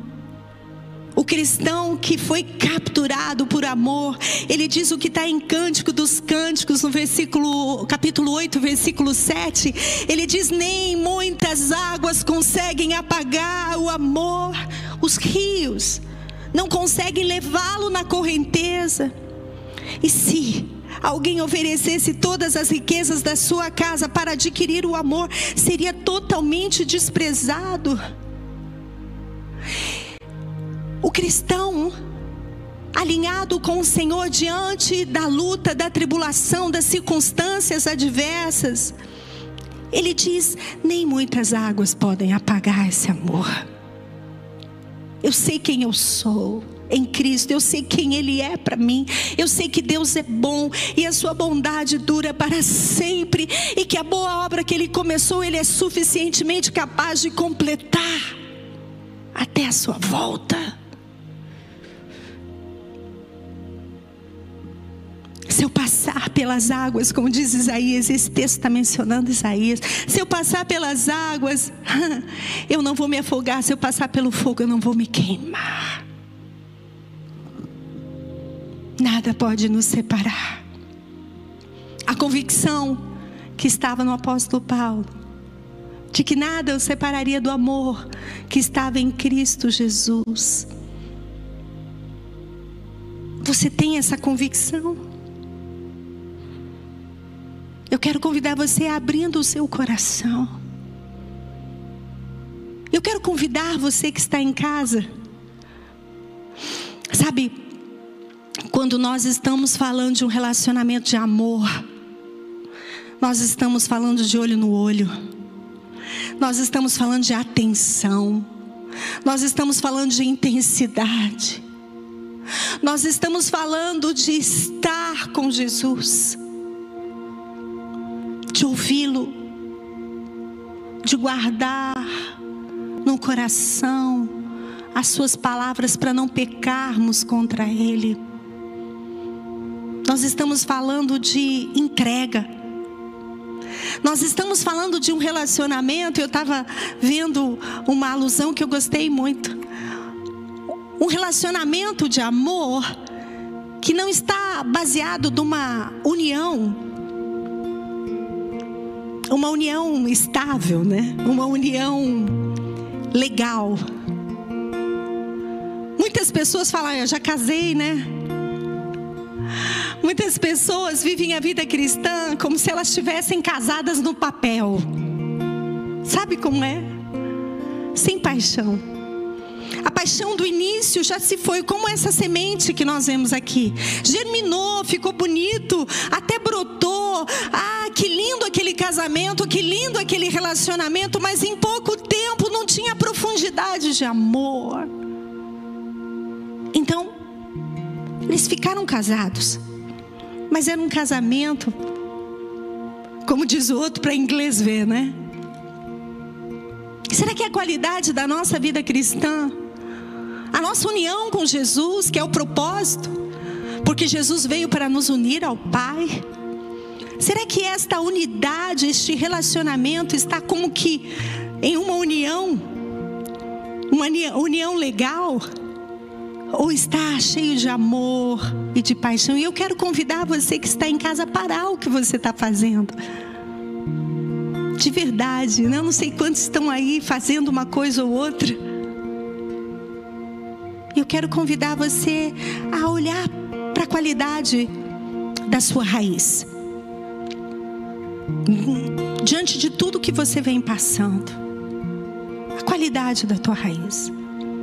que foi capturado por amor, ele diz o que está em Cântico dos Cânticos, no capítulo 8, versículo 7, ele diz, nem muitas águas conseguem apagar o amor, os rios não conseguem levá-lo na correnteza. E se alguém oferecesse todas as riquezas da sua casa para adquirir o amor, seria totalmente desprezado. O cristão alinhado com o Senhor diante da luta, da tribulação, das circunstâncias adversas, ele diz, nem muitas águas podem apagar esse amor. Eu sei quem eu sou em Cristo, eu sei quem Ele é para mim, eu sei que Deus é bom e a sua bondade dura para sempre, e que a boa obra que Ele começou, Ele é suficientemente capaz de completar até a sua volta. Se eu passar pelas águas, como diz Isaías, esse texto está mencionando Isaías, se eu passar pelas águas, eu não vou me afogar, se eu passar pelo fogo, eu não vou me queimar. Nada pode nos separar. A convicção que estava no apóstolo Paulo, de que nada o separaria do amor que estava em Cristo Jesus. Você tem essa convicção? Eu quero convidar você a abrindo o seu coração. Eu quero convidar você que está em casa. Sabe, quando nós estamos falando de um relacionamento de amor, nós estamos falando de olho no olho. Nós estamos falando de atenção. Nós estamos falando de intensidade. Nós estamos falando de estar com Jesus, de ouvi-lo, de guardar no coração as suas palavras para não pecarmos contra Ele. Nós estamos falando de entrega. Nós estamos falando de um relacionamento. Eu estava vendo uma alusão que eu gostei muito. Um relacionamento de amor que não está baseado numa união. Uma união estável, né? Uma união legal. Muitas pessoas falam, eu já casei, né? Muitas pessoas vivem a vida cristã como se elas estivessem casadas no papel. Sabe como é? Sem paixão. A paixão do início já se foi, como essa semente que nós vemos aqui. Germinou, ficou bonito, até brotou. Ah, que lindo aquele casamento, que lindo aquele relacionamento. Mas em pouco tempo não tinha profundidade de amor. Então, eles ficaram casados. Mas era um casamento, como diz o outro, para inglês ver, né? Será que é a qualidade da nossa vida cristã, a nossa união com Jesus, que é o propósito, porque Jesus veio para nos unir ao Pai? Será que esta unidade, este relacionamento está como que em uma união legal? Ou está cheio de amor e de paixão? E eu quero convidar você que está em casa a parar o que você está fazendo. De verdade, né? Eu não sei quantos estão aí fazendo uma coisa ou outra. Eu quero convidar você a olhar para a qualidade da sua raiz. Diante de tudo que você vem passando, a qualidade da tua raiz.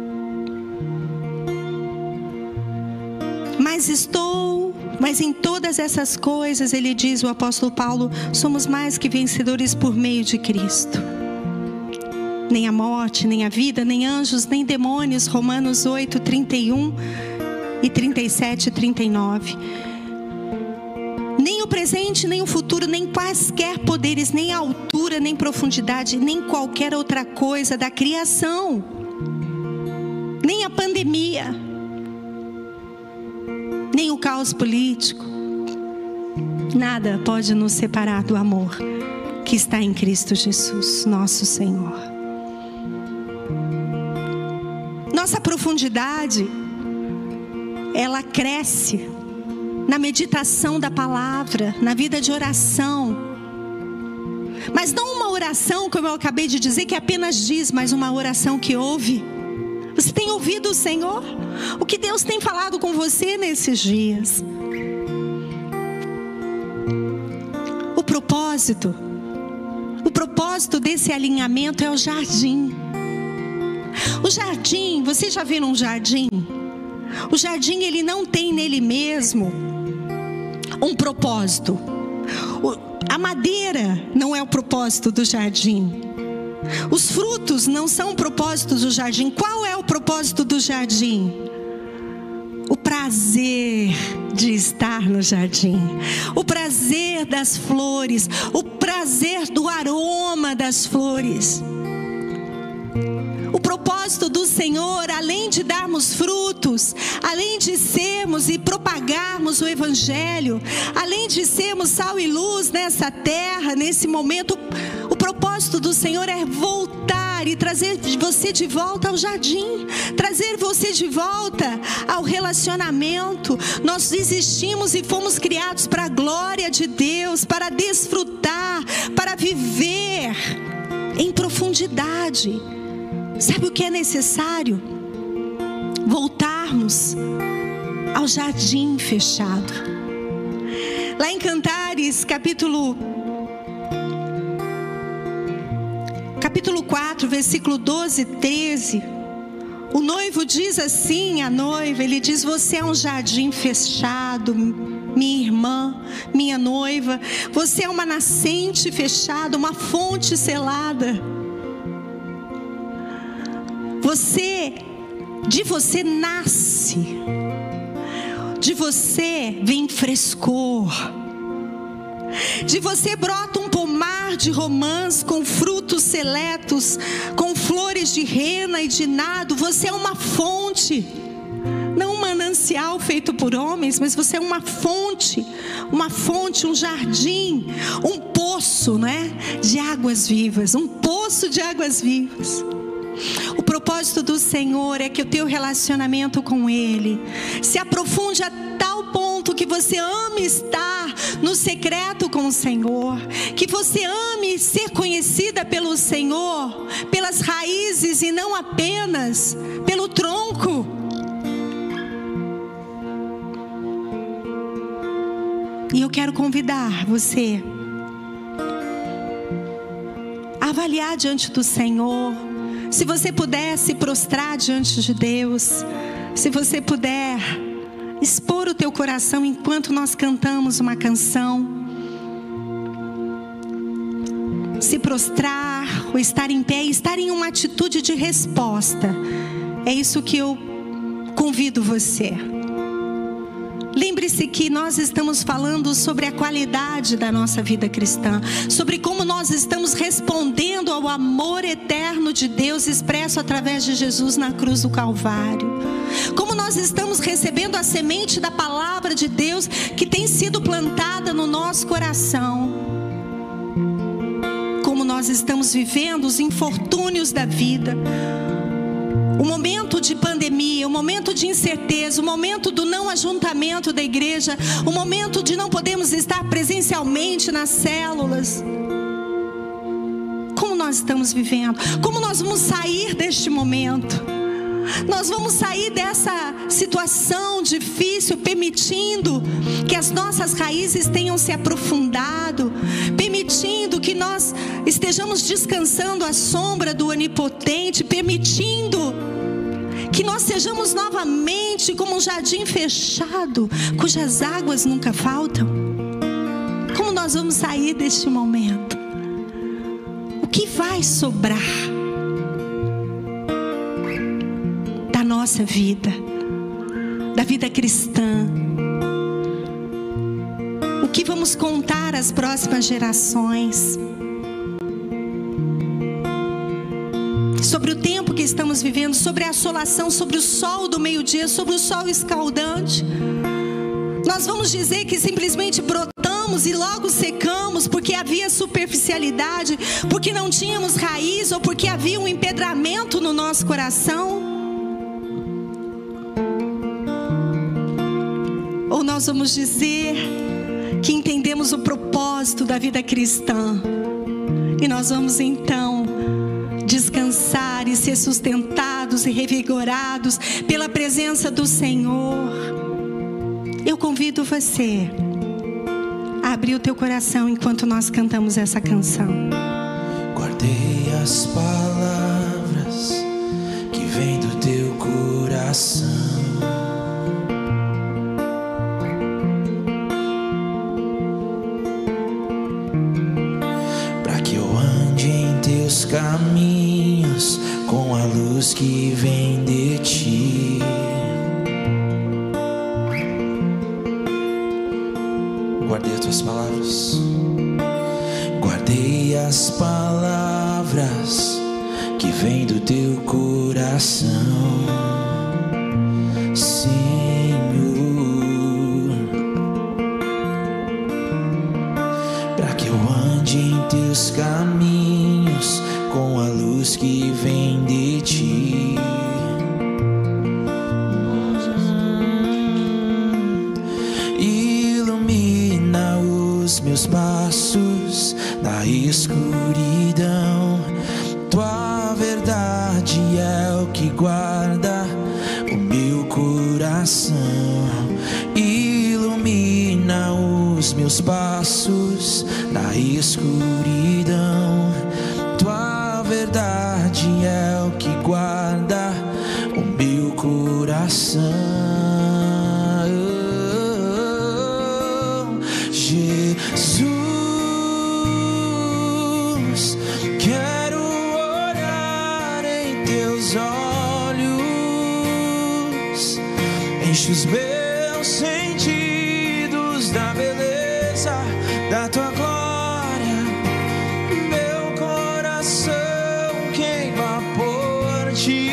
Mas em todas essas coisas, ele diz, o apóstolo Paulo, somos mais que vencedores por meio de Cristo. Nem a morte, nem a vida, nem anjos, nem demônios, Romanos 8, 31 e 37 e 39. Nem o presente, nem o futuro, nem quaisquer poderes, nem a altura, nem profundidade, nem qualquer outra coisa da criação, nem a pandemia, nem o caos político, nada pode nos separar do amor que está em Cristo Jesus, nosso Senhor. Nossa profundidade, ela cresce na meditação da palavra, na vida de oração. Mas não uma oração, como eu acabei de dizer, que apenas diz, mas uma oração que ouve. Você tem ouvido o Senhor? O que Deus tem falado com você nesses dias? O propósito desse alinhamento é o jardim. O jardim, vocês já viram um jardim? O jardim, ele não tem nele mesmo um propósito. A madeira não é o propósito do jardim. Os frutos não são o propósito do jardim. Qual é o propósito do jardim? O prazer de estar no jardim, o prazer das flores, o prazer do aroma das flores. O propósito do Senhor, além de darmos frutos, além de sermos e propagarmos o Evangelho, além de sermos sal e luz nessa terra, nesse momento, o propósito do Senhor é voltar e trazer você de volta ao jardim, trazer você de volta ao relacionamento. Nós existimos e fomos criados para a glória de Deus, para desfrutar, para viver em profundidade. Sabe o que é necessário? Voltarmos ao jardim fechado. Lá em Cantares, capítulo 4, versículo 12 e 13, o noivo diz assim à noiva, ele diz: você é um jardim fechado, minha irmã, minha noiva, você é uma nascente fechada, uma fonte selada. De você nasce, de você vem frescor, de você brota um pomar de romãs com frutos seletos, com flores de rena e de nado. Você é uma fonte, não um manancial feito por homens, mas você é uma fonte, um jardim, um poço poço, né, de águas vivas, um poço de águas vivas. O propósito do Senhor é que o teu relacionamento com Ele se aprofunde a tal ponto que você ame estar no secreto com o Senhor, que você ame ser conhecida pelo Senhor, pelas raízes e não apenas pelo tronco. E eu quero convidar você a avaliar diante do Senhor. Se você puder se prostrar diante de Deus, se você puder expor o teu coração enquanto nós cantamos uma canção, se prostrar ou estar em pé e estar em uma atitude de resposta, é isso que eu convido você. Lembre-se que nós estamos falando sobre a qualidade da nossa vida cristã, sobre como nós estamos respondendo ao amor eterno de Deus expresso através de Jesus na cruz do Calvário, como nós estamos recebendo a semente da palavra de Deus que tem sido plantada no nosso coração, como nós estamos vivendo os infortúnios da vida, o momento de pandemia, o momento de incerteza, o momento do não ajuntamento da igreja, o momento de não podermos estar presencialmente nas células. Como nós estamos vivendo? Como nós vamos sair deste momento? Nós vamos sair dessa situação difícil, permitindo que as nossas raízes tenham se aprofundado, permitindo que nós estejamos descansando à sombra do Onipotente, permitindo que nós sejamos novamente como um jardim fechado, cujas águas nunca faltam. Como nós vamos sair deste momento? O que vai sobrar da nossa vida, da vida cristã? O que vamos contar às próximas gerações? Sobre o tempo que estamos vivendo, sobre a assolação, sobre o sol do meio-dia, sobre o sol escaldante. Nós vamos dizer que simplesmente brotamos e logo secamos porque havia superficialidade, porque não tínhamos raiz ou porque havia um empedramento no nosso coração? Ou nós vamos dizer que entendemos o propósito da vida cristã e nós vamos então descansar e ser sustentados e revigorados pela presença do Senhor? Eu convido você a abrir o teu coração enquanto nós cantamos essa canção. Guardei as palavras que vêm do teu coração, para que eu ande em teus caminhos com a luz que vem de ti. Guardei as tuas palavras. Guardei as palavras que vêm do teu coração, Senhor, para que eu ande em teus caminhos com a luz que vem de ti. Ilumina os meus passos na escuridão. Tua verdade é o que guarda o meu coração. Ilumina os meus passos na escuridão. Tua verdade é o que guarda o meu coração. Jesus, quero olhar em teus olhos, enche os meus sentidos da beleza da tua glória, meu coração queima por ti.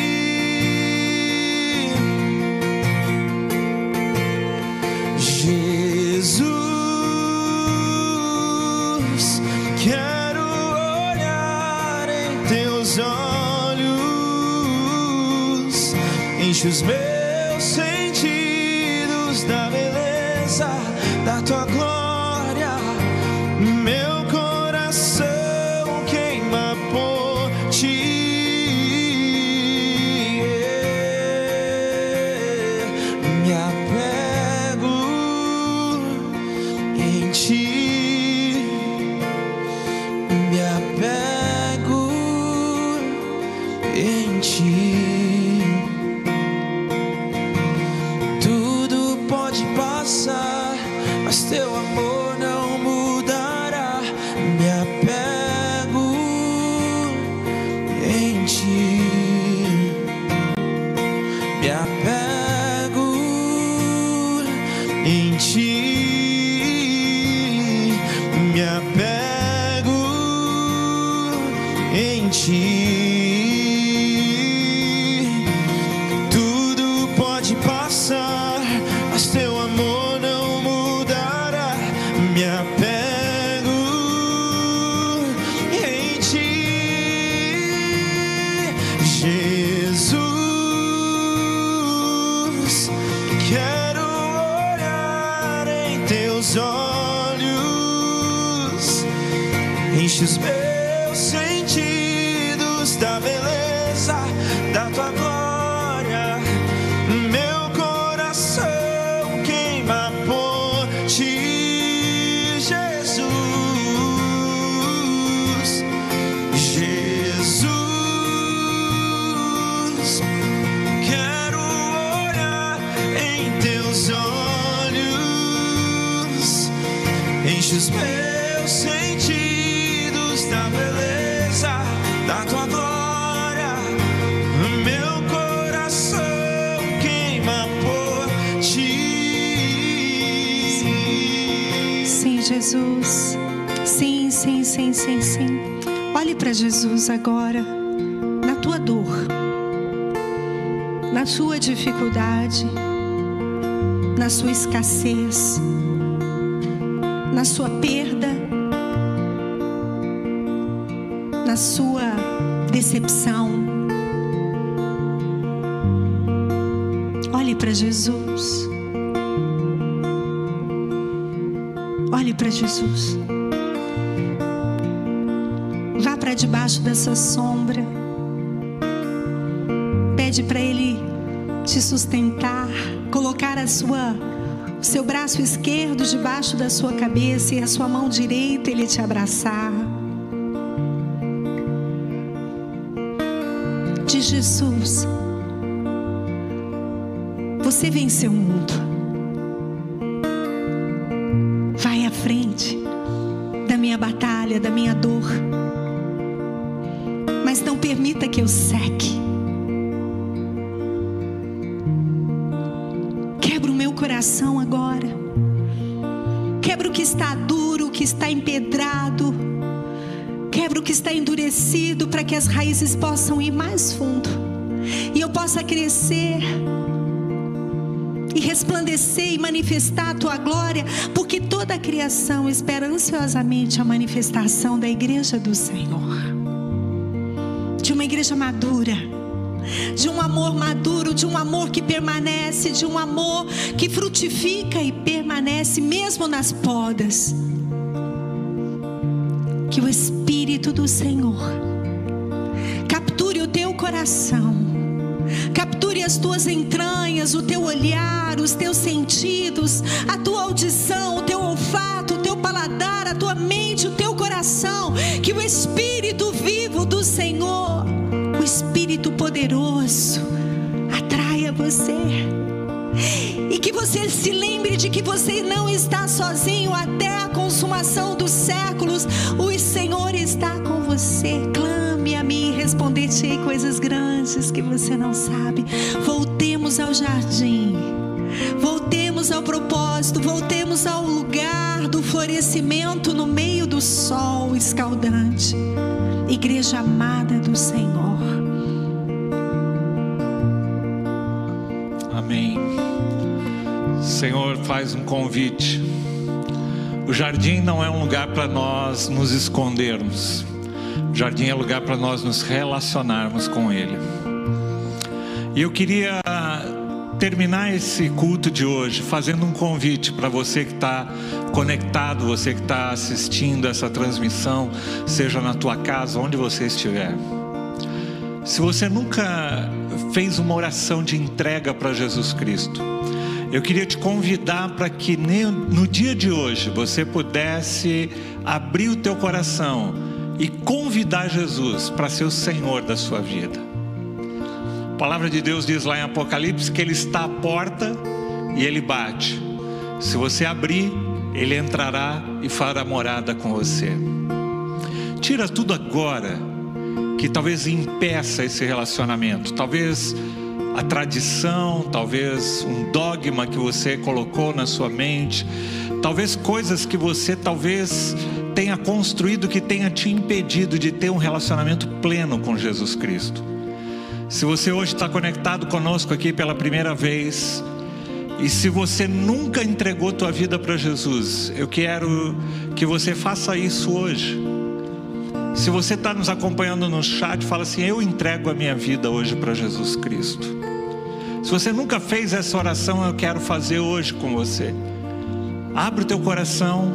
Jesus, teus olhos, enche os meus sentidos da beleza da tua glória. Meu coração queima por ti. Me apego em ti. Me apego em ti. Tudo pode passar, mas teu amor não mudará. Me apego em ti. Me apego em ti. Me apego em ti. Tudo pode passar, mas teu amor não mudará. Me apego em ti, Jesus. Quero olhar em teus olhos, enche os meus sentidos da beleza da tua glória. Meu coração queima por ti, Jesus. Jesus, quero olhar em teus olhos, enche os meus sentidos da beleza da tua glória. Meu coração queima por ti. Sim, Jesus. Sim, sim, sim, sim, sim. Olhe para Jesus agora, na tua dor, na sua dificuldade, na sua escassez, na sua perda, na sua decepção. Olhe para Jesus. Olhe para Jesus. Vá para debaixo dessa sombra. Pede para Ele te sustentar, colocar o seu braço esquerdo debaixo da sua cabeça e a sua mão direita Ele te abraçar. De Jesus, você venceu o mundo. Vai à frente da minha batalha, da minha dor, mas não permita que eu seque. Quebra o meu coração agora. Quebra o que está duro, o que está empedrado. Quebra o que está endurecido, para que as raízes possam ir mais fundo e eu possa crescer e resplandecer e manifestar a tua glória, porque toda a criação espera ansiosamente a manifestação da igreja do Senhor, de uma igreja madura, de um amor maduro, de um amor que permanece, de um amor que frutifica e permanece mesmo nas podas. Que o Espírito do Senhor capture o teu coração, capture as tuas entranhas, o teu olhar, os teus sentidos, a tua audição, o teu olfato, o teu paladar, a tua mente, o teu coração. Que o Espírito vivo do Senhor, o Espírito poderoso, atraia você. E que você se lembre de que você não está sozinho até a consumação dos séculos. O Senhor está com você. Clame a mim e responder-te-ei coisas grandes que você não sabe. Voltemos ao jardim. Voltemos ao propósito. Voltemos ao lugar do florescimento no meio do sol escaldante. Igreja amada do Senhor. Amém. Senhor, faz um convite. O jardim não é um lugar para nós nos escondermos. O jardim é lugar para nós nos relacionarmos com Ele. E eu queria terminar esse culto de hoje fazendo um convite para você que está conectado, você que está assistindo essa transmissão, seja na tua casa, onde você estiver. Se você nunca fez uma oração de entrega para Jesus Cristo, eu queria te convidar para que no dia de hoje você pudesse abrir o teu coração e convidar Jesus para ser o Senhor da sua vida. A palavra de Deus diz lá em Apocalipse que Ele está à porta e Ele bate. Se você abrir, Ele entrará e fará morada com você. Tira tudo agora que talvez impeça esse relacionamento. Talvez a tradição, talvez um dogma que você colocou na sua mente, talvez coisas que você tenha construído que tenha te impedido de ter um relacionamento pleno com Jesus Cristo. Se você hoje está conectado conosco aqui pela primeira vez, e se você nunca entregou tua vida para Jesus, eu quero que você faça isso hoje. Se você está nos acompanhando no chat, fala assim: eu entrego a minha vida hoje para Jesus Cristo. Se você nunca fez essa oração, eu quero fazer hoje com você. Abre o teu coração.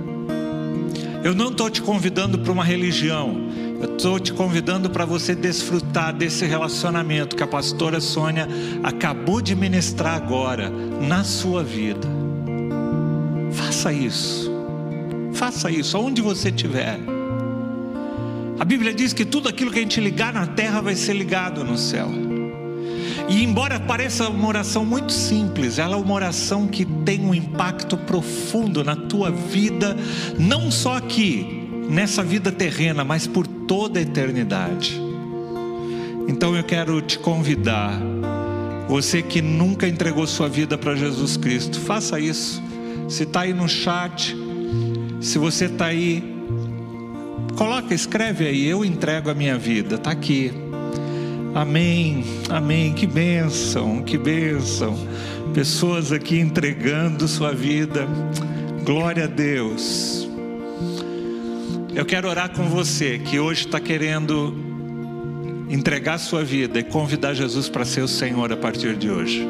Eu não estou te convidando para uma religião, eu estou te convidando para você desfrutar desse relacionamento que a pastora Sônia acabou de ministrar agora na sua vida. Faça isso. Faça isso, aonde você estiver. A Bíblia diz que tudo aquilo que a gente ligar na terra vai ser ligado no céu. E embora pareça uma oração muito simples, ela é uma oração que tem um impacto profundo na tua vida, não só aqui, nessa vida terrena, mas por toda a eternidade. Então eu quero te convidar, você que nunca entregou sua vida para Jesus Cristo, faça isso. Se está aí no chat, se você está aí, escreve aí: eu entrego a minha vida, está aqui. Amém, amém, que bênção, que bênção. Pessoas aqui entregando sua vida, glória a Deus. Eu quero orar com você que hoje está querendo entregar sua vida e convidar Jesus para ser o Senhor a partir de hoje.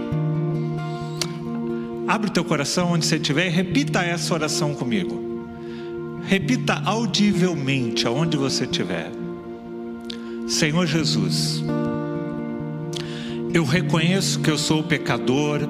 Abre o teu coração onde você estiver e repita essa oração comigo. Repita audivelmente aonde você estiver. Senhor Jesus, eu reconheço que eu sou pecadora,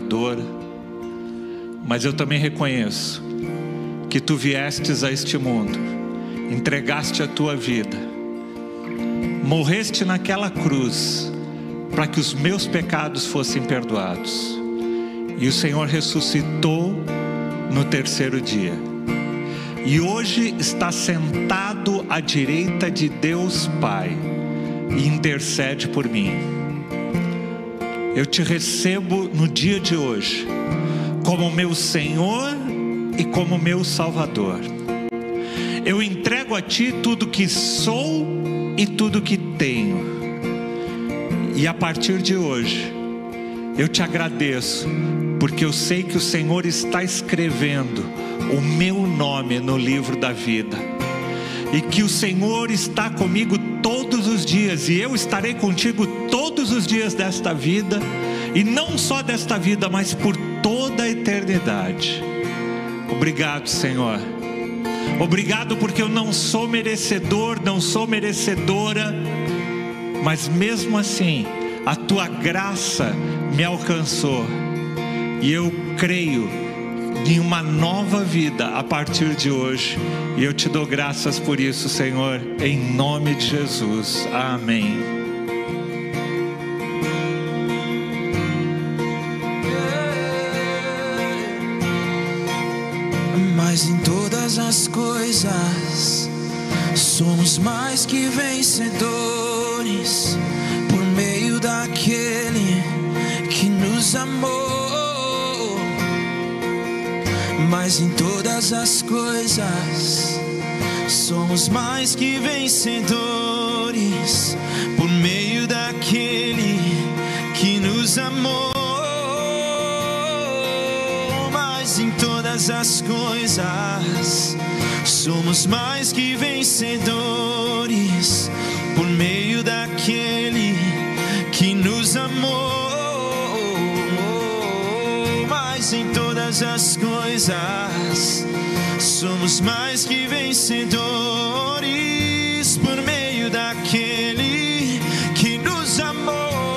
mas eu também reconheço que Tu viestes a este mundo, entregaste a Tua vida, morreste naquela cruz para que os meus pecados fossem perdoados, e o Senhor ressuscitou no terceiro dia, e hoje está sentado à direita de Deus Pai e intercede por mim. Eu te recebo no dia de hoje como meu Senhor e como meu Salvador. Eu entrego a Ti tudo que sou e tudo que tenho, e a partir de hoje eu te agradeço, porque eu sei que o Senhor está escrevendo o meu nome no livro da vida, e que o Senhor está comigo todos os dias, e eu estarei contigo todos os dias desta vida, e não só desta vida, mas por toda a eternidade. Obrigado, Senhor. Obrigado porque eu não sou merecedor, não sou merecedora, mas mesmo assim a Tua graça me alcançou, e eu creio em uma nova vida a partir de hoje, e eu te dou graças por isso, Senhor, em nome de Jesus, amém. Mas em todas as coisas somos mais que vencedores, por meio daquele que nos amou. Mas em todas as coisas somos mais que vencedores, por meio daquele que nos amou. Mas em todas as coisas somos mais que vencedores por meio daquele que nos amou. Mas em todas as coisas somos mais que vencedores por meio daquele que nos amou.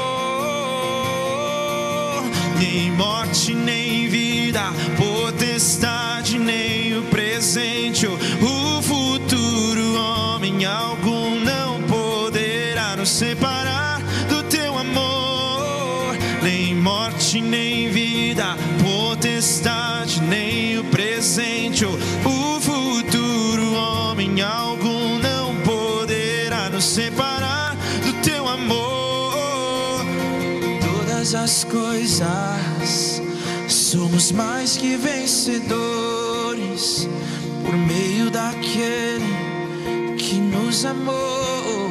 Nem morte, nem vida, potestade, nem o presente ou o futuro, homem algum não poderá nos separar do teu amor. Nem morte, nem vida, potestade, nem o presente ou o futuro, homem algum não poderá nos separar do teu amor. Todas as coisas somos mais que vencedores por meio daquele que nos amou.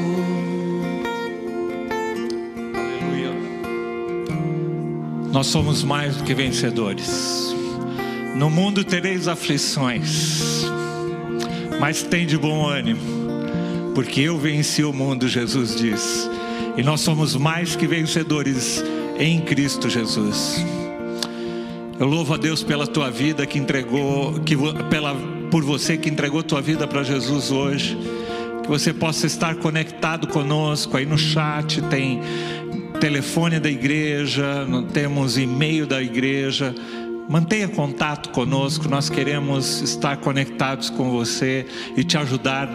Aleluia. Nós somos mais do que vencedores. No mundo tereis aflições, mas tem de bom ânimo, porque eu venci o mundo, Jesus diz. E nós somos mais que vencedores em Cristo Jesus. Eu louvo a Deus pela tua vida que entregou, por você que entregou tua vida para Jesus hoje. Que você possa estar conectado conosco. Aí no chat tem telefone da igreja, temos e-mail da igreja. Mantenha contato conosco, nós queremos estar conectados com você e te ajudar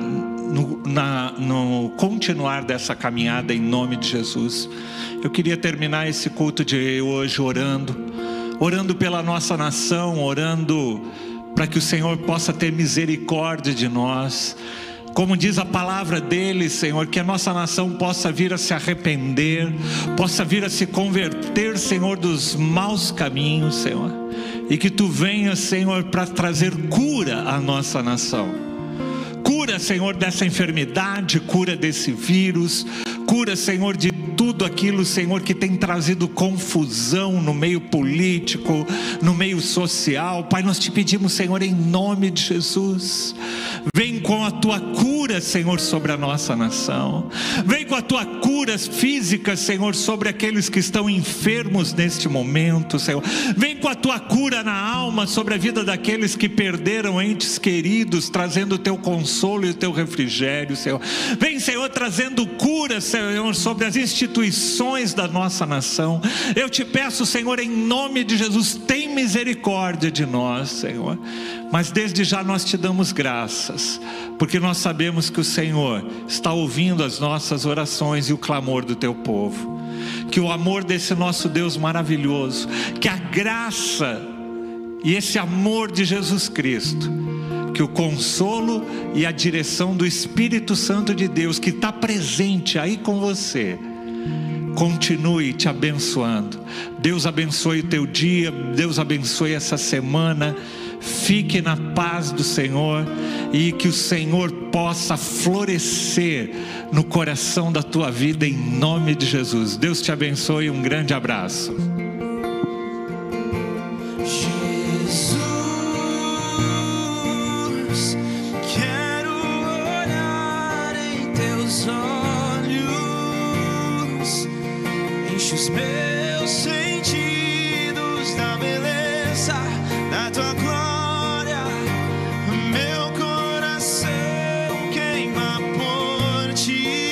no continuar dessa caminhada em nome de Jesus. Eu queria terminar esse culto de hoje orando pela nossa nação, orando para que o Senhor possa ter misericórdia de nós. Como diz a palavra dele, Senhor, que a nossa nação possa vir a se arrepender, possa vir a se converter, Senhor, dos maus caminhos, Senhor. E que tu venhas, Senhor, para trazer cura à nossa nação. Cura, Senhor, dessa enfermidade, cura desse vírus, cura, Senhor, de tudo aquilo, Senhor, que tem trazido confusão no meio político, no meio social. Pai, nós te pedimos, Senhor, em nome de Jesus, vem com a tua cura, Senhor, sobre a nossa nação. Vem com a tua cura física, Senhor, sobre aqueles que estão enfermos neste momento, Senhor. Vem com a tua cura na alma sobre a vida daqueles que perderam entes queridos, trazendo o teu consolo e o teu refrigério, Senhor. Vem, Senhor, trazendo cura, Senhor, sobre as instituições da nossa nação. Eu te peço, Senhor, em nome de Jesus, tem misericórdia de nós, Senhor. Mas desde já nós te damos graças, porque nós sabemos que o Senhor está ouvindo as nossas orações e o clamor do teu povo. Que o amor desse nosso Deus maravilhoso, que a graça e esse amor de Jesus Cristo, que o consolo e a direção do Espírito Santo de Deus, que está presente aí com você, continue te abençoando. Deus abençoe o teu dia, Deus abençoe essa semana. Fique na paz do Senhor e que o Senhor possa florescer no coração da tua vida em nome de Jesus. Deus te abençoe, um grande abraço. Os meus sentidos da beleza da tua glória, meu coração queima por ti.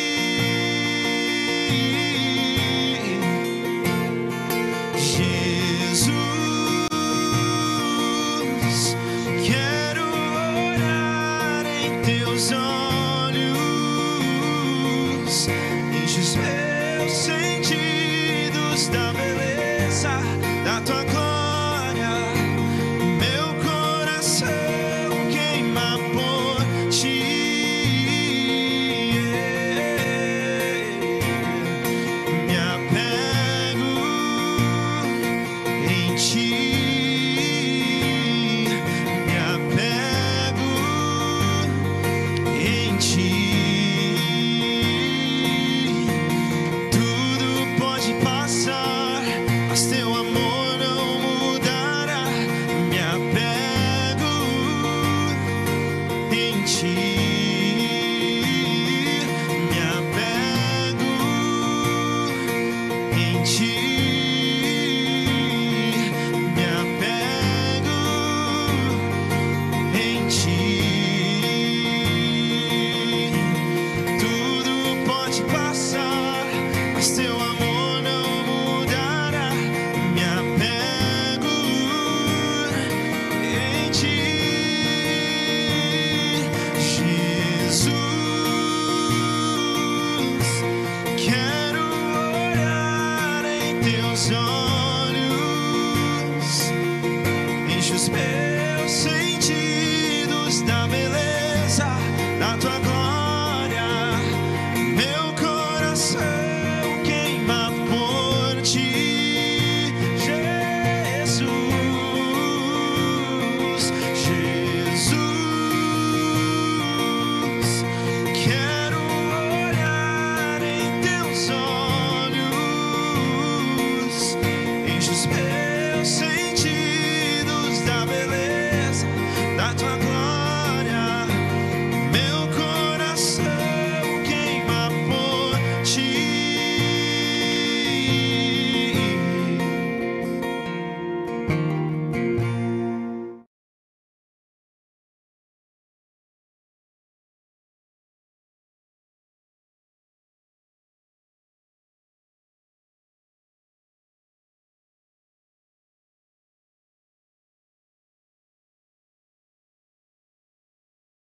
Jesus, quero olhar em teus olhos, enche os meus sentidos da beleza da tua glória.